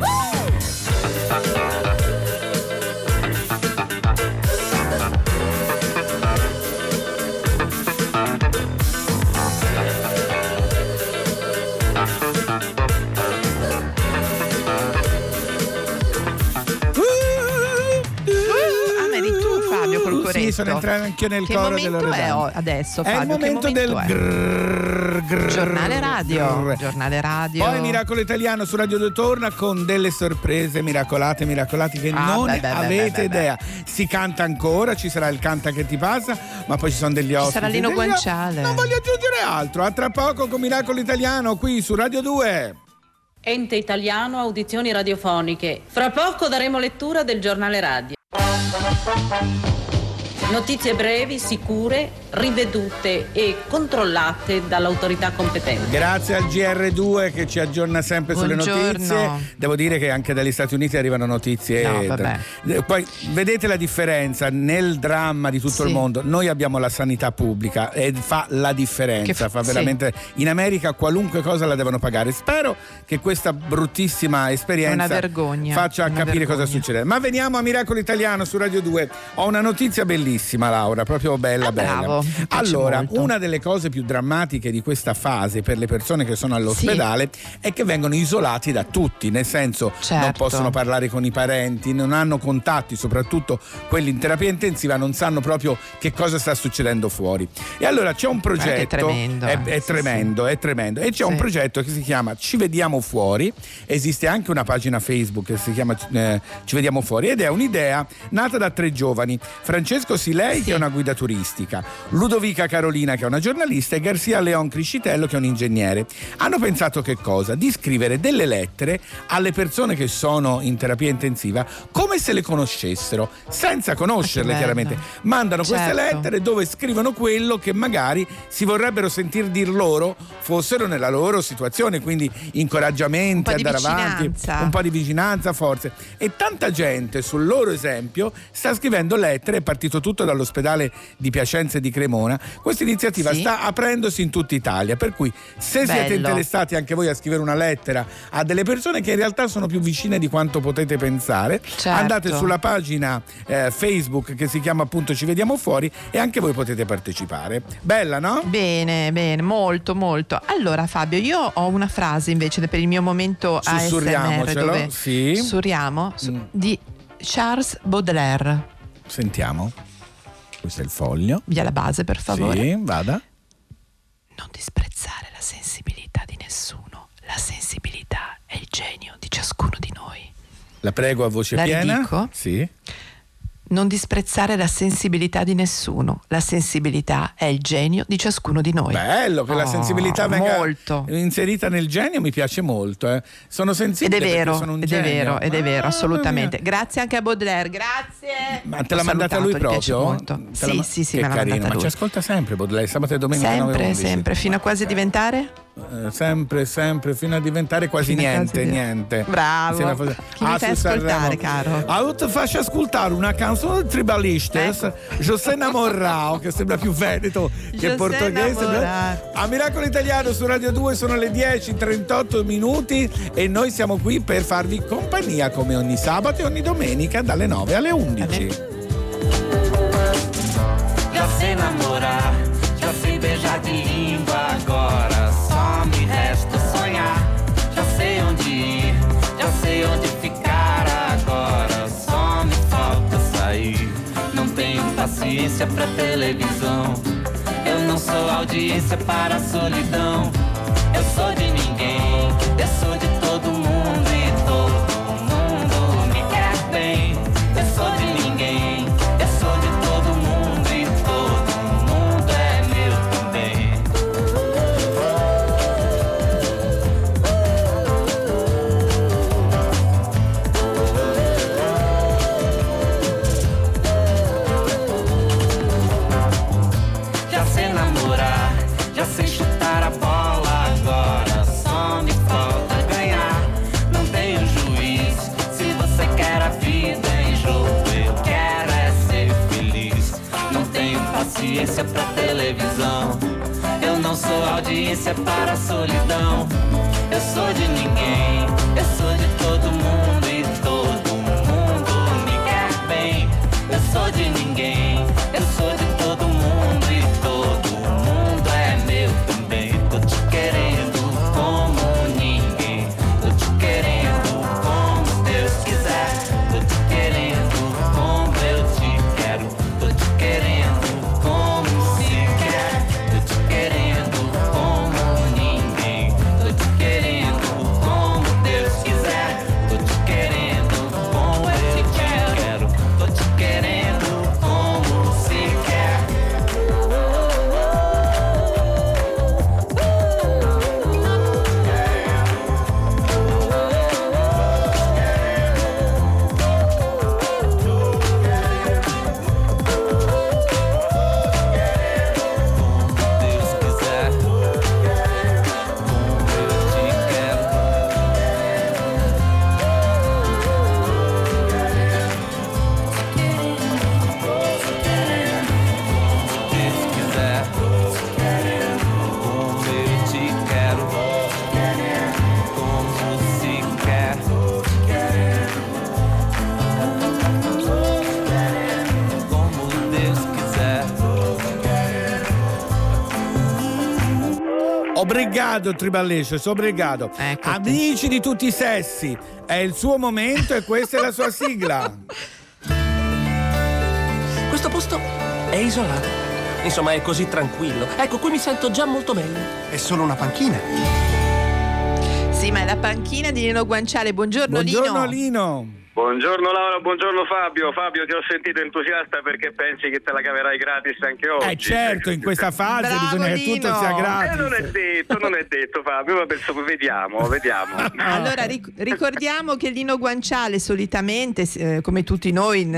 Speaker 6: Ma eri tu, Fabio, col coretto.
Speaker 3: Sì, sono entrato anch'io nel
Speaker 6: che
Speaker 3: coro
Speaker 6: momento
Speaker 3: della
Speaker 6: è
Speaker 3: Loredana.
Speaker 6: adesso,
Speaker 3: È
Speaker 6: Fabio?
Speaker 3: il momento del
Speaker 6: Giornale radio. Giornale radio.
Speaker 3: Poi Miracolo Italiano su Radio 2 torna con delle sorprese miracolate che non avete idea. Si canta ancora, ci sarà il Canta che ti passa, ma poi ci sono degli ospiti.
Speaker 6: Sarà Lino Guanciale.
Speaker 3: Non voglio aggiungere altro. A tra poco con Miracolo Italiano qui su Radio 2.
Speaker 13: Ente Italiano Audizioni Radiofoniche. Fra poco daremo lettura del giornale radio. Notizie brevi, sicure, rivedute e controllate dall'autorità competente.
Speaker 3: Grazie al GR2 che ci aggiorna sempre
Speaker 6: Buongiorno.
Speaker 3: sulle notizie. Devo dire che anche dagli Stati Uniti arrivano notizie.
Speaker 6: No, vabbè.
Speaker 3: Poi vedete la differenza nel dramma di tutto il mondo. Noi abbiamo la sanità pubblica e fa la differenza. Fa veramente. In America qualunque cosa la devono pagare. Spero che questa bruttissima esperienza faccia capire cosa succede. Ma veniamo a Miracolo Italiano su Radio 2. Ho una notizia bellissima, Laura, proprio bella.
Speaker 6: Bravo,
Speaker 3: allora,
Speaker 6: molto.
Speaker 3: una delle cose più drammatiche di questa fase per le persone che sono all'ospedale è che vengono isolati da tutti, nel senso non possono parlare con i parenti, non hanno contatti, soprattutto quelli in terapia intensiva non sanno proprio che cosa sta succedendo fuori. E allora c'è un progetto,
Speaker 6: è tremendo,
Speaker 3: è tremendo, e c'è un progetto che si chiama Ci Vediamo Fuori. Esiste anche una pagina Facebook che si chiama Ci Vediamo Fuori ed è un'idea nata da 3 giovani, Francesco Rosy Lei, che è una guida turistica, Ludovica Carolina, che è una giornalista, e Garcia Leon Criscitello, che è un ingegnere. Hanno pensato che cosa? Di scrivere delle lettere alle persone che sono in terapia intensiva come se le conoscessero, senza conoscerle chiaramente. Mandano queste lettere dove scrivono quello che magari si vorrebbero sentir dir loro fossero nella loro situazione, quindi incoraggiamenti, andare avanti, un po' di vicinanza, forze. E tanta gente sul loro esempio sta scrivendo lettere, è partito tutto dall'ospedale di Piacenza e di Cremona. Questa iniziativa sta aprendosi in tutta Italia, per cui se siete interessati anche voi a scrivere una lettera a delle persone che in realtà sono più vicine di quanto potete pensare, andate sulla pagina Facebook che si chiama appunto Ci Vediamo Fuori e anche voi potete partecipare. Bella, no?
Speaker 6: Bene, molto molto. Allora Fabio, io ho una frase invece per il mio momento ASMR dove sussurriamo di Charles Baudelaire.
Speaker 3: Sentiamo. Questo è il foglio.
Speaker 6: Via la base, per favore.
Speaker 3: Sì, vada.
Speaker 6: Non disprezzare la sensibilità di nessuno. La sensibilità è il genio di ciascuno di noi.
Speaker 3: La prego a voce piena.
Speaker 6: Ridico?
Speaker 3: Sì.
Speaker 6: Non disprezzare la sensibilità di nessuno. La sensibilità è il genio di ciascuno di noi.
Speaker 3: Bello che la sensibilità venga inserita nel genio, mi piace molto. Sono sensibile perché sono un genio.
Speaker 6: Ed è vero, assolutamente. Grazie anche a Baudelaire, grazie.
Speaker 3: Ma te l'ha mandata lui proprio?
Speaker 6: Sì,
Speaker 3: che
Speaker 6: me l'ha
Speaker 3: carino,
Speaker 6: mandata
Speaker 3: ma
Speaker 6: lui.
Speaker 3: ci ascolta sempre Baudelaire, sabato e domenica.
Speaker 6: Sempre, fino a quasi a diventare?
Speaker 3: Sempre, fino a diventare quasi niente.
Speaker 6: Bravo. Chi mi fai ascoltare, caro?
Speaker 3: Ti faccio ascoltare una canzone di Tribalistes, José Namorrao, che sembra più veneto che portoghese. A Miracolo Italiano su Radio 2 sono le 10:38 e noi siamo qui per farvi compagnia come ogni sabato e ogni domenica dalle 9 alle 11.
Speaker 7: Já sei namorar, já sei beijar de língua, agora só me resta sonhar. Já sei onde ir, já sei onde ficar, agora só me falta sair. Não tenho paciência pra televisão, eu não sou audiência para a solidão. Eu sou de ninguém, eu sou de todo mundo e todo mundo me quer bem. Eu sou de ninguém, eu sou de todo mundo e todo mundo é meu também. Já sei namorar, já sei chutar a bola, agora só me falta ganhar. Não tenho juiz, se você quer a vida em jogo, eu quero é ser feliz. Não tenho paciência pra televisão, eu não sou audiência para a solidão. Eu sou de ninguém, eu sou de todo mundo e todo mundo me quer bem. Eu sou de ninguém, eu sou de todo mundo e todo mundo é meu também. Tô te querendo como ninguém, tô te querendo como Deus quiser. Tô te querendo como eu te quero, tô te querendo como se quer. Tô te querendo como ninguém, tô te querendo como Deus quiser. Tô te querendo como eu te quero, tô te querendo como se quer. Deus quiser, como eu te quero. Deus quiser, como eu te quero. Como se quer. Como Deus quiser.
Speaker 3: Obrigado Tribalistes, obrigado. Amici di tutti i sessi, è il suo momento e questa è la sua sigla.
Speaker 15: Questo posto è isolato. Insomma, è così tranquillo. Ecco, qui mi sento già molto meglio. È solo una panchina.
Speaker 6: Sì, ma è la panchina di Lino Guanciale. Buongiorno
Speaker 3: Lino.
Speaker 16: Buongiorno Laura, buongiorno Fabio. Fabio, ti ho sentito entusiasta perché pensi che te la caverai gratis anche oggi.
Speaker 3: Certo, in questa fase
Speaker 6: Bravo,
Speaker 3: bisogna che tutto sia gratis.
Speaker 16: Non è detto Fabio, ma penso, vediamo.
Speaker 6: Allora ricordiamo che Lino Guanciale solitamente, come tutti noi,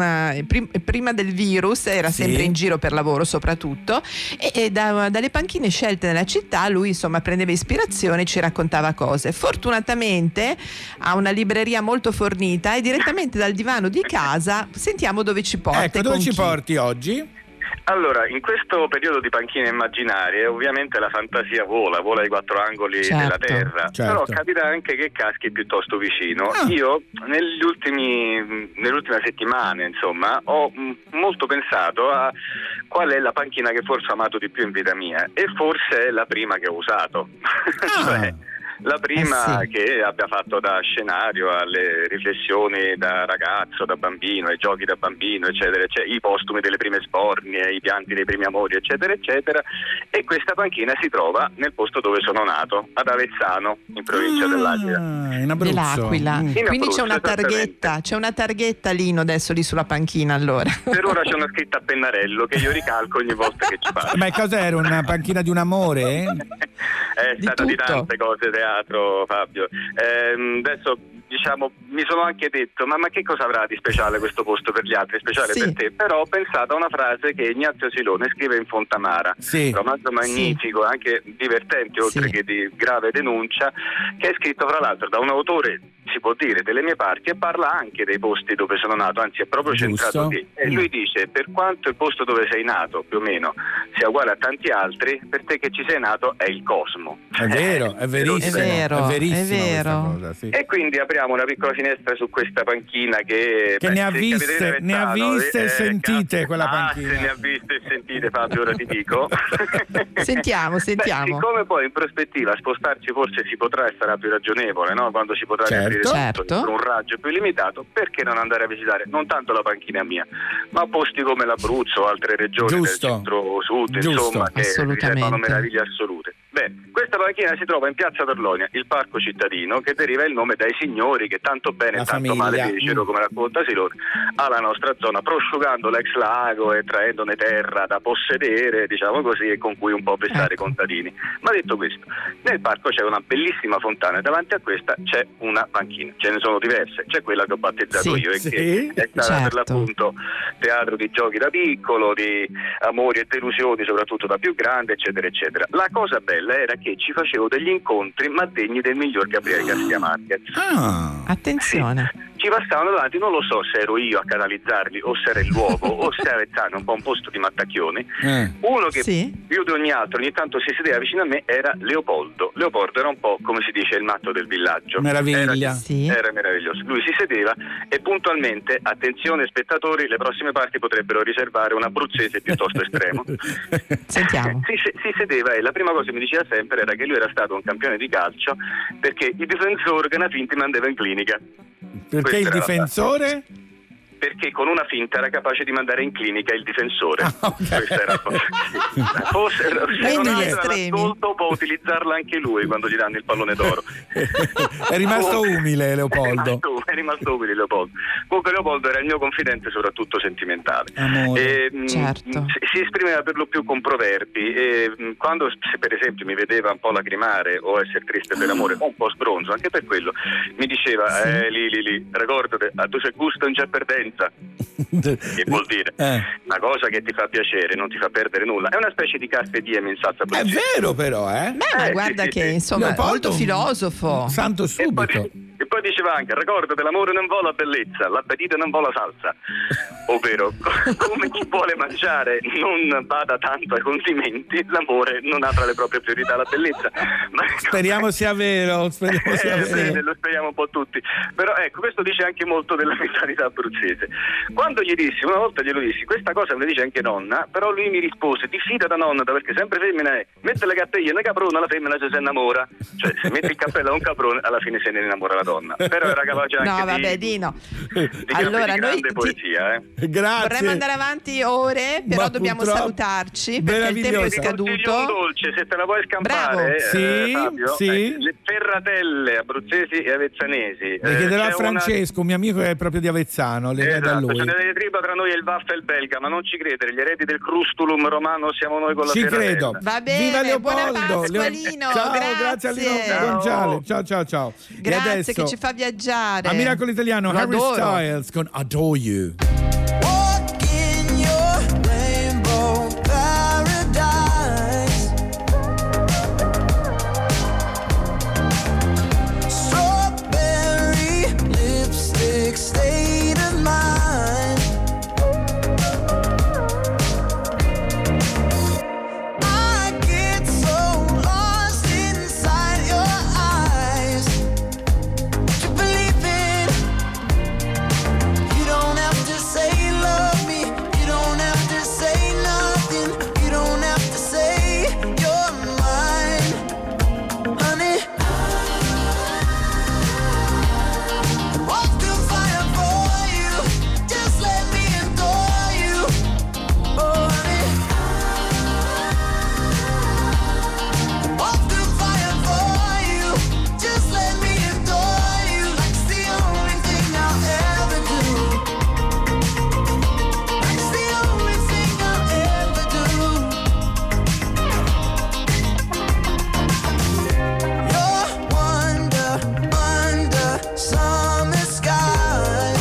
Speaker 6: prima del virus era sempre in giro per lavoro soprattutto, e dalle panchine scelte nella città lui insomma prendeva ispirazione e ci raccontava cose. Fortunatamente ha una libreria molto fornita e direttamente dal divano di casa sentiamo dove ci porta.
Speaker 3: Ecco, dove ci porti oggi?
Speaker 16: Allora, in questo periodo di panchine immaginarie ovviamente la fantasia vola ai quattro angoli della terra, però capita anche che caschi piuttosto vicino. Io nelle ultime settimane insomma ho molto pensato a qual è la panchina che forse ho amato di più in vita mia, e forse è la prima che ho usato. Cioè, la prima che abbia fatto da scenario alle riflessioni da ragazzo, da bambino, ai giochi da bambino, eccetera, eccetera, i postumi delle prime sbornie, i pianti dei primi amori, eccetera, eccetera. E questa panchina si trova nel posto dove sono nato, ad Avezzano, in provincia dell'Aquila.
Speaker 3: In Abruzzo.
Speaker 6: Dell'Aquila. Quindi c'è una targhetta Lino adesso lì sulla panchina allora.
Speaker 16: Per ora c'è una scritta a pennarello che io ricalco ogni volta che ci passo.
Speaker 3: Ma cos'era, una panchina di un amore?
Speaker 16: È stata di tante cose teatro, Fabio. Adesso diciamo mi sono anche detto ma che cosa avrà di speciale questo posto per gli altri, speciale per te? Però ho pensato a una frase che Ignazio Silone scrive in Fontamara, romanzo magnifico, anche divertente oltre che di grave denuncia, che è scritto fra l'altro da un autore, si può dire, delle mie parti, e parla anche dei posti dove sono nato, anzi è proprio centrato lì. E lui dice: per quanto il posto dove sei nato più o meno sia uguale a tanti altri, per te che ci sei nato è il cosmo.
Speaker 3: È vero, è verissimo, è verissimo. Cosa,
Speaker 16: e quindi apriamo una piccola finestra su questa panchina che
Speaker 3: ne ha viste e sentite quella panchina.
Speaker 16: Se ne ha viste e sentite, Fabio, ora ti dico.
Speaker 6: Sentiamo.
Speaker 16: Siccome poi in prospettiva spostarci forse si potrà e sarà più ragionevole, no? Quando si potrà riaprire tutto per un raggio più limitato, perché non andare a visitare non tanto la panchina mia, ma posti come l'Abruzzo o altre regioni del centro-sud, insomma, che riservano meraviglie assolute. Bene, questa panchina si trova in Piazza Torlonia, il parco cittadino, che deriva il nome dai signori che tanto bene e tanto male fecero, come racconta Silone, alla nostra zona, prosciugando l'ex lago e traendone terra da possedere, diciamo così, e con cui un po' vessare i contadini. Ma detto questo, nel parco c'è una bellissima fontana e davanti a questa c'è una panchina. Ce ne sono diverse, c'è quella che ho battezzato io e che è stata per l'appunto teatro di giochi da piccolo, di amori e delusioni soprattutto da più grande, eccetera eccetera. La cosa bella era che ci facevo degli incontri ma degni del miglior Gabriele Garcia Marquez.
Speaker 6: Attenzione.
Speaker 16: Ci passavano davanti, non lo so se ero io a canalizzarli o se era il luogo o se Avezzano, un po' un posto di mattacchioni. Uno che più di ogni altro ogni tanto si sedeva vicino a me era Leopoldo. Leopoldo era un po', come si dice, il matto del villaggio.
Speaker 3: Meraviglia.
Speaker 16: Era meraviglioso. Lui si sedeva e puntualmente, attenzione spettatori, le prossime parti potrebbero riservare un abruzzese piuttosto estremo.
Speaker 6: Sentiamo.
Speaker 16: Si sedeva e la prima cosa che mi diceva sempre era che lui era stato un campione di calcio perché il difensore che una finta mandava in clinica.
Speaker 3: Perché il difensore?
Speaker 16: Perché con una finta era capace di mandare in clinica il difensore. Questa era se non era l'ascolto può utilizzarla anche lui quando gli danno il pallone d'oro.
Speaker 3: È rimasto umile Leopoldo.
Speaker 16: È rimasto umile Leopoldo. Comunque Leopoldo era il mio confidente soprattutto sentimentale. Si esprimeva per lo più con proverbi e quando se per esempio mi vedeva un po' lacrimare o essere triste per amore o un po' sbronzo, anche per quello mi diceva lì ricordati, a tu se gusto non c'è perdenza. Che vuol dire una cosa che ti fa piacere, non ti fa perdere nulla. È una specie di carpe diem in salsa pugliese.
Speaker 3: È vero però,
Speaker 6: ma guarda che insomma è molto filosofo.
Speaker 3: Santo subito.
Speaker 16: E poi diceva anche: ricordate, l'amore non vola bellezza, l'appetito non vola salsa. Ovvero, come chi vuole mangiare non bada tanto ai condimenti, l'amore non ha tra le proprie priorità la bellezza. Ma
Speaker 3: speriamo sia vero, lo
Speaker 16: speriamo un po' tutti. Però ecco, questo dice anche molto della mentalità abruzzese. Quando gli dissi, una volta glielo dissi, questa cosa me la dice anche nonna, però lui mi rispose: diffida da nonna, perché sempre femmina è, mette le cappelle in caprone, la femmina se innamora. Cioè, se metti il cappello a un caprone, alla fine se ne innamora la donna. donna, però era capace anche
Speaker 6: No, vabbè, Dino.
Speaker 16: Allora, di grande poesia.
Speaker 3: Grazie.
Speaker 6: Vorremmo andare avanti ore, però
Speaker 3: Ma
Speaker 6: dobbiamo
Speaker 3: purtroppo-
Speaker 6: salutarci perché il tempo è
Speaker 16: Ti consiglio un
Speaker 6: scaduto.
Speaker 16: dolce, se te la vuoi scampare,
Speaker 6: Bravo.
Speaker 3: Sì,
Speaker 16: Fabio,
Speaker 3: sì.
Speaker 16: le ferratelle abruzzesi e avezzanesi.
Speaker 3: Le chiederò a
Speaker 16: c'è
Speaker 3: Francesco, un mio amico che è proprio di Avezzano, le chiede a
Speaker 16: Esatto,
Speaker 3: lui.
Speaker 16: c'è una diatriba tra noi e il waffel belga, ma non ci credere, gli eredi del crustulum romano siamo noi con la
Speaker 3: Ci
Speaker 16: ferratella.
Speaker 3: credo.
Speaker 6: Va bene,
Speaker 3: Viva Leopoldo.
Speaker 6: buona Pasqua, Lino.
Speaker 3: Ciao, grazie a Lino Gonzale. Ciao. E
Speaker 6: Grazie
Speaker 3: adesso,
Speaker 6: che ci fa viaggiare.
Speaker 3: a Miracolo Italiano,
Speaker 6: Lo
Speaker 3: Harry
Speaker 6: adoro.
Speaker 3: Styles con Adore You.
Speaker 7: State of mind. I get so lost inside your eyes. You believe it. You don't have to say love me. You don't have to say nothing. You don't have to say you're mine, honey. Walk through fire for you. Just let me adore you. Oh, honey. Walk through fire for you. Just let me adore you. Like it's the only thing I'll ever do. Like it's the only thing I'll ever do. You're wonder under summer sky.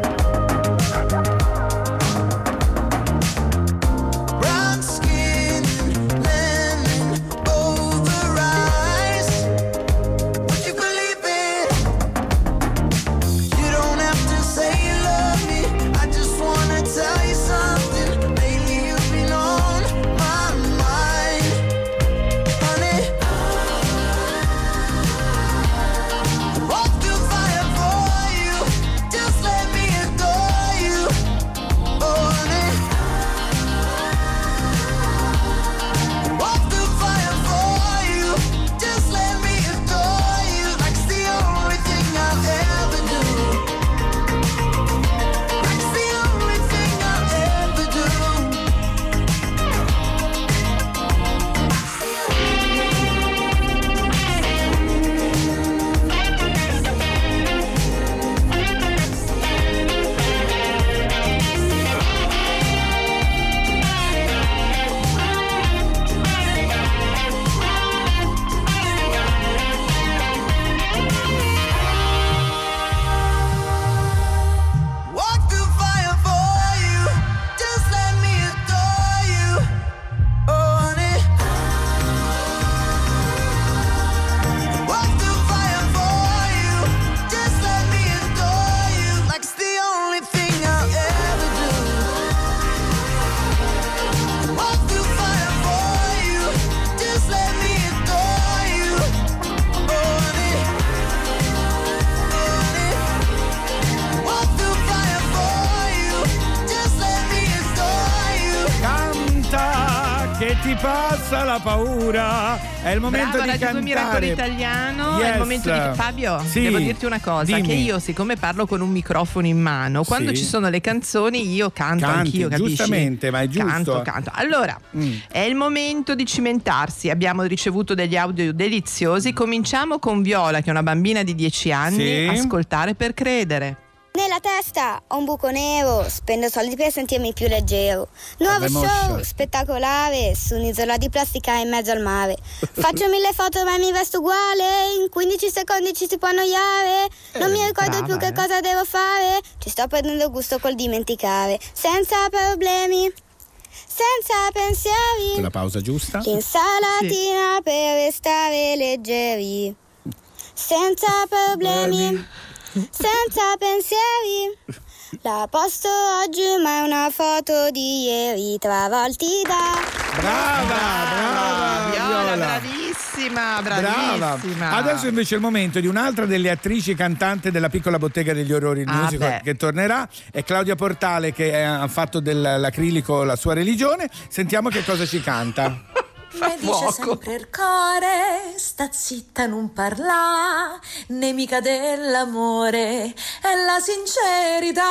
Speaker 7: Brown skin and lemon over eyes. Would you believe it? You don't have to say you love me. I just wanna tell you something. Lately you've been on my mind, honey. Walk through fire for you. Just let me adore you. Oh, honey. Walk through fire for you. Just let me adore you. Like it's the only thing I'll ever do. Like it's the only thing I'll ever do. Walk through fire for you. Just let me adore you. Oh, honey. Walk through fire for you. Just let me adore you. Like it's the only thing I'll ever do. Walk through fire for you. Just let me adore you. Oh, honey. Walk through fire for you. Just let me adore you.
Speaker 3: Canta che ti passa la paura. È il momento
Speaker 6: Bravo,
Speaker 3: di
Speaker 6: Radio 2 Miracolo
Speaker 3: cantare.
Speaker 6: Italiano. È
Speaker 3: Yes.
Speaker 6: il momento di Fabio,
Speaker 3: Sì.
Speaker 6: devo dirti una cosa,
Speaker 3: Dimmi.
Speaker 6: che io siccome parlo con un microfono in mano, quando
Speaker 3: Sì.
Speaker 6: ci sono le canzoni io canto
Speaker 3: Canti,
Speaker 6: anch'io, capisci?
Speaker 3: giustamente, ma è giusto.
Speaker 6: Canto. Allora, è il momento di cimentarsi. Abbiamo ricevuto degli audio deliziosi. Cominciamo con Viola, che è una bambina di 10 anni.
Speaker 2: Sì.
Speaker 6: Ascoltare per credere.
Speaker 2: Nella testa ho un buco nero, spendo soldi per sentirmi più leggero. Nuovo
Speaker 6: Vabbè,
Speaker 2: show
Speaker 6: moscia.
Speaker 2: spettacolare su un'isola di plastica in mezzo al mare. Faccio 1000 foto ma mi vesto uguale, in 15 secondi ci si può annoiare. Non mi ricordo più che cosa devo fare, ci sto prendendo gusto col dimenticare. Senza problemi, senza pensieri,
Speaker 3: Con la pausa giusta.
Speaker 2: l'insalatina per restare leggeri. Senza problemi, senza pensieri. La posto oggi ma è una foto di ieri, travolti da...
Speaker 3: Brava,
Speaker 6: Viola,
Speaker 3: Viola.
Speaker 6: bravissima.
Speaker 3: Brava. Adesso invece è il momento di un'altra delle attrici cantanti della Piccola Bottega degli Orrori, il
Speaker 6: Ah,
Speaker 3: musical
Speaker 6: beh.
Speaker 3: che tornerà. È Claudia Portale che ha fatto dell'acrilico la sua religione. Sentiamo che cosa ci canta.
Speaker 9: Mi dice sempre il core, sta zitta non parla, nemica dell'amore è la sincerità,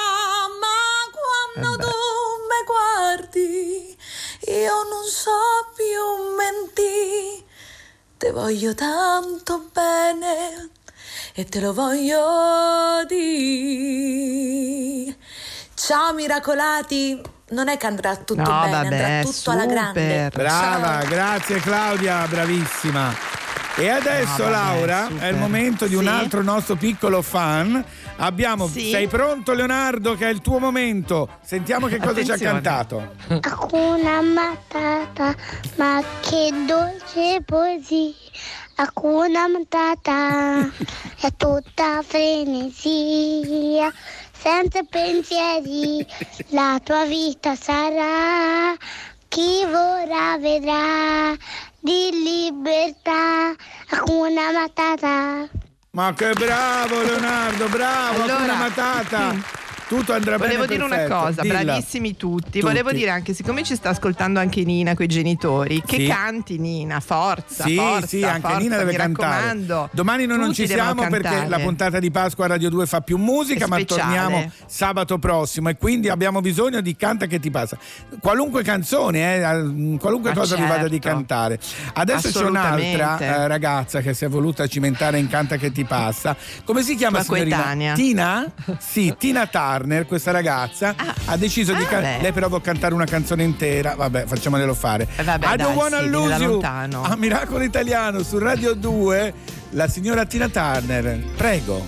Speaker 9: ma quando tu mi guardi io non so più mentì, te voglio tanto bene e te lo voglio dire. Ciao miracolati, non è che andrà tutto bene, andrà tutto alla grande.
Speaker 3: Brava, grazie Claudia, bravissima. E adesso Laura, super. È il momento di un altro nostro piccolo fan. Sei pronto Leonardo, che è il tuo momento? Sentiamo che cosa ci ha cantato.
Speaker 12: Hakuna Matata, ma che dolce poesia. Hakuna Matata, è tutta frenesia, senza pensieri, la tua vita sarà, chi vorrà vedrà, di libertà, Hakuna Matata.
Speaker 3: Ma che bravo Leonardo, bravo, Hakuna Matata. Tutto andrà bene.
Speaker 6: Volevo dire una cosa,
Speaker 3: Dilla.
Speaker 6: bravissimi tutti. Volevo dire anche, siccome ci sta ascoltando anche Nina coi genitori, che canti Nina, forza, forza.
Speaker 3: Sì, anche
Speaker 6: forza,
Speaker 3: Nina deve cantare.
Speaker 6: Raccomando.
Speaker 3: Domani noi non ci siamo perché la puntata di Pasqua a Radio 2 fa più musica, ma torniamo sabato prossimo e quindi abbiamo bisogno di Canta che ti passa. Qualunque canzone, qualunque cosa vi vada di cantare. Adesso c'è un'altra ragazza che si è voluta cimentare in Canta che ti passa. Come si chiama, signorina? Tina? Sì, Tina Turner. Questa ragazza ha deciso di lei però può cantare una canzone intera. Vabbè, facciamoglielo fare. I Don't Wanna Lose You a Miracolo Italiano su Radio 2, la signora Tina Turner. Prego.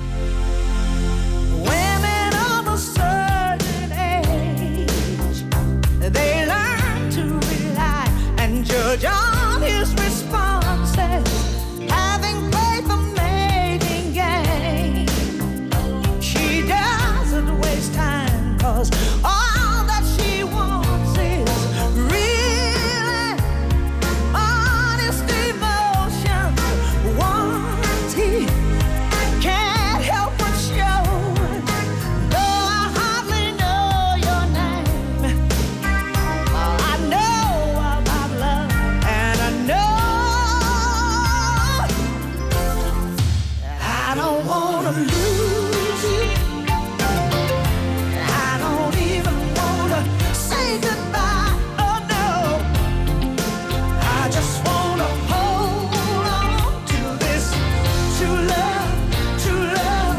Speaker 9: Women of a certain age, they learn to rely and judge on his responses, having faith for making gain. She doesn't waste time, 'cause all that she wants is really honest emotion. Once he can't help but show, though I hardly know your name, I know about love and I know I don't wanna lose you. I don't even wanna say goodbye, oh no. I just wanna hold on to this true love, true love.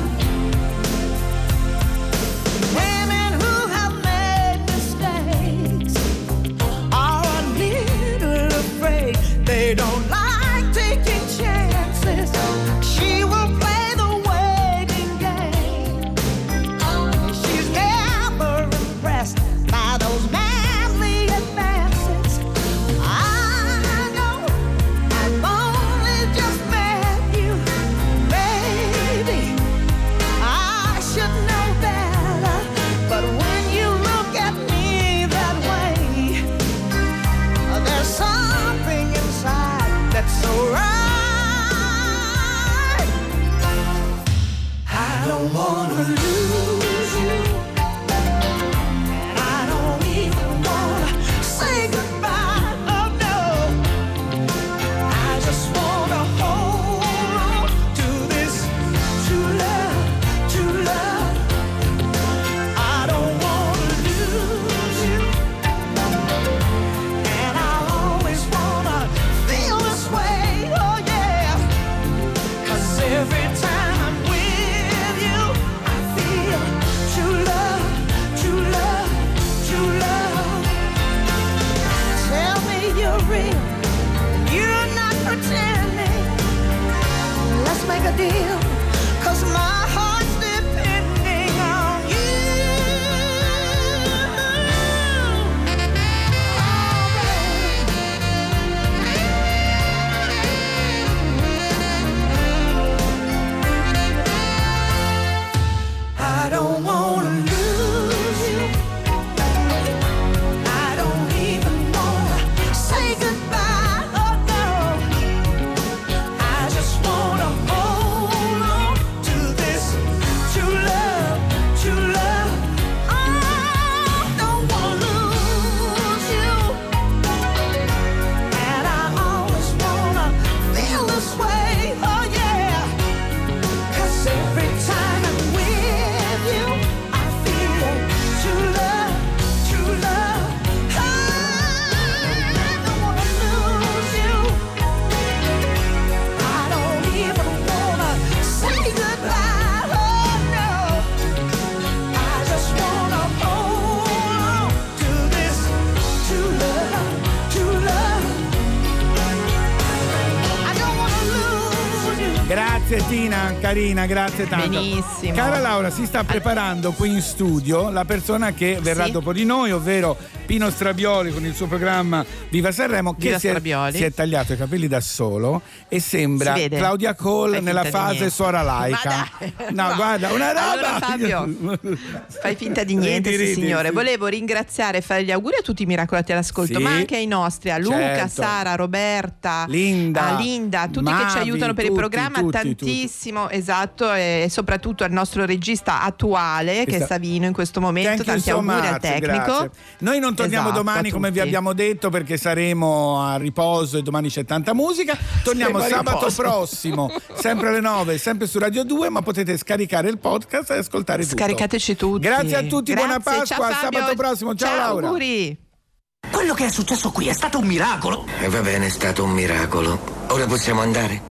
Speaker 9: Women who have made mistakes are a little afraid. They don't like taking chances. She will play the waiting game. She's never impressed by those manly advances. I know I've only just met you, baby. I should know better, but when you look at me that way, there's something inside that's so right. I don't wanna lose you, and I don't even wanna say goodbye, oh no. I just wanna hold on to this true love, true love. I don't wanna lose you, and I always wanna feel this way, oh yeah. 'Cause every time I'm with you, I feel true love, true love, true love. Tell me you're real, you're not pretending. Let's make a deal, 'cause my heart's depending on you. I don't wanna lose you. I don't even wanna say goodbye, oh no. I just wanna hold
Speaker 3: Cristina, carina, grazie tanto.
Speaker 6: Benissimo.
Speaker 3: Cara Laura, si sta preparando qui in studio la persona che verrà dopo di noi, ovvero Pino Strabioli con il suo programma Viva Sanremo, che si è tagliato i capelli da solo e sembra Claudia Cole nella fase suora laica. No, guarda, una roba.
Speaker 6: Allora Fabio, fai finta di niente, sì, signore. Volevo ringraziare e fare gli auguri a tutti i miracolati all'ascolto, ma anche ai nostri, a Luca, Sara, Roberta, Linda, tutti Mavi, che ci aiutano per il programma, tantissimo, esatto, e soprattutto al nostro regista attuale che è Savino in questo momento. Tanti auguri al tecnico.
Speaker 3: Grazie. Noi non torniamo domani come vi abbiamo detto perché saremo a riposo e domani c'è tanta musica. Torniamo sabato prossimo, sempre alle 9, sempre su Radio 2, ma potete scaricare il podcast e ascoltare tutto.
Speaker 6: Scaricateci tutti.
Speaker 3: Grazie a tutti, buona Pasqua, a sabato prossimo. Ciao Laura.
Speaker 6: Auguri.
Speaker 8: Quello che è successo qui è stato un miracolo.
Speaker 17: E va bene, è stato un miracolo. Ora possiamo andare?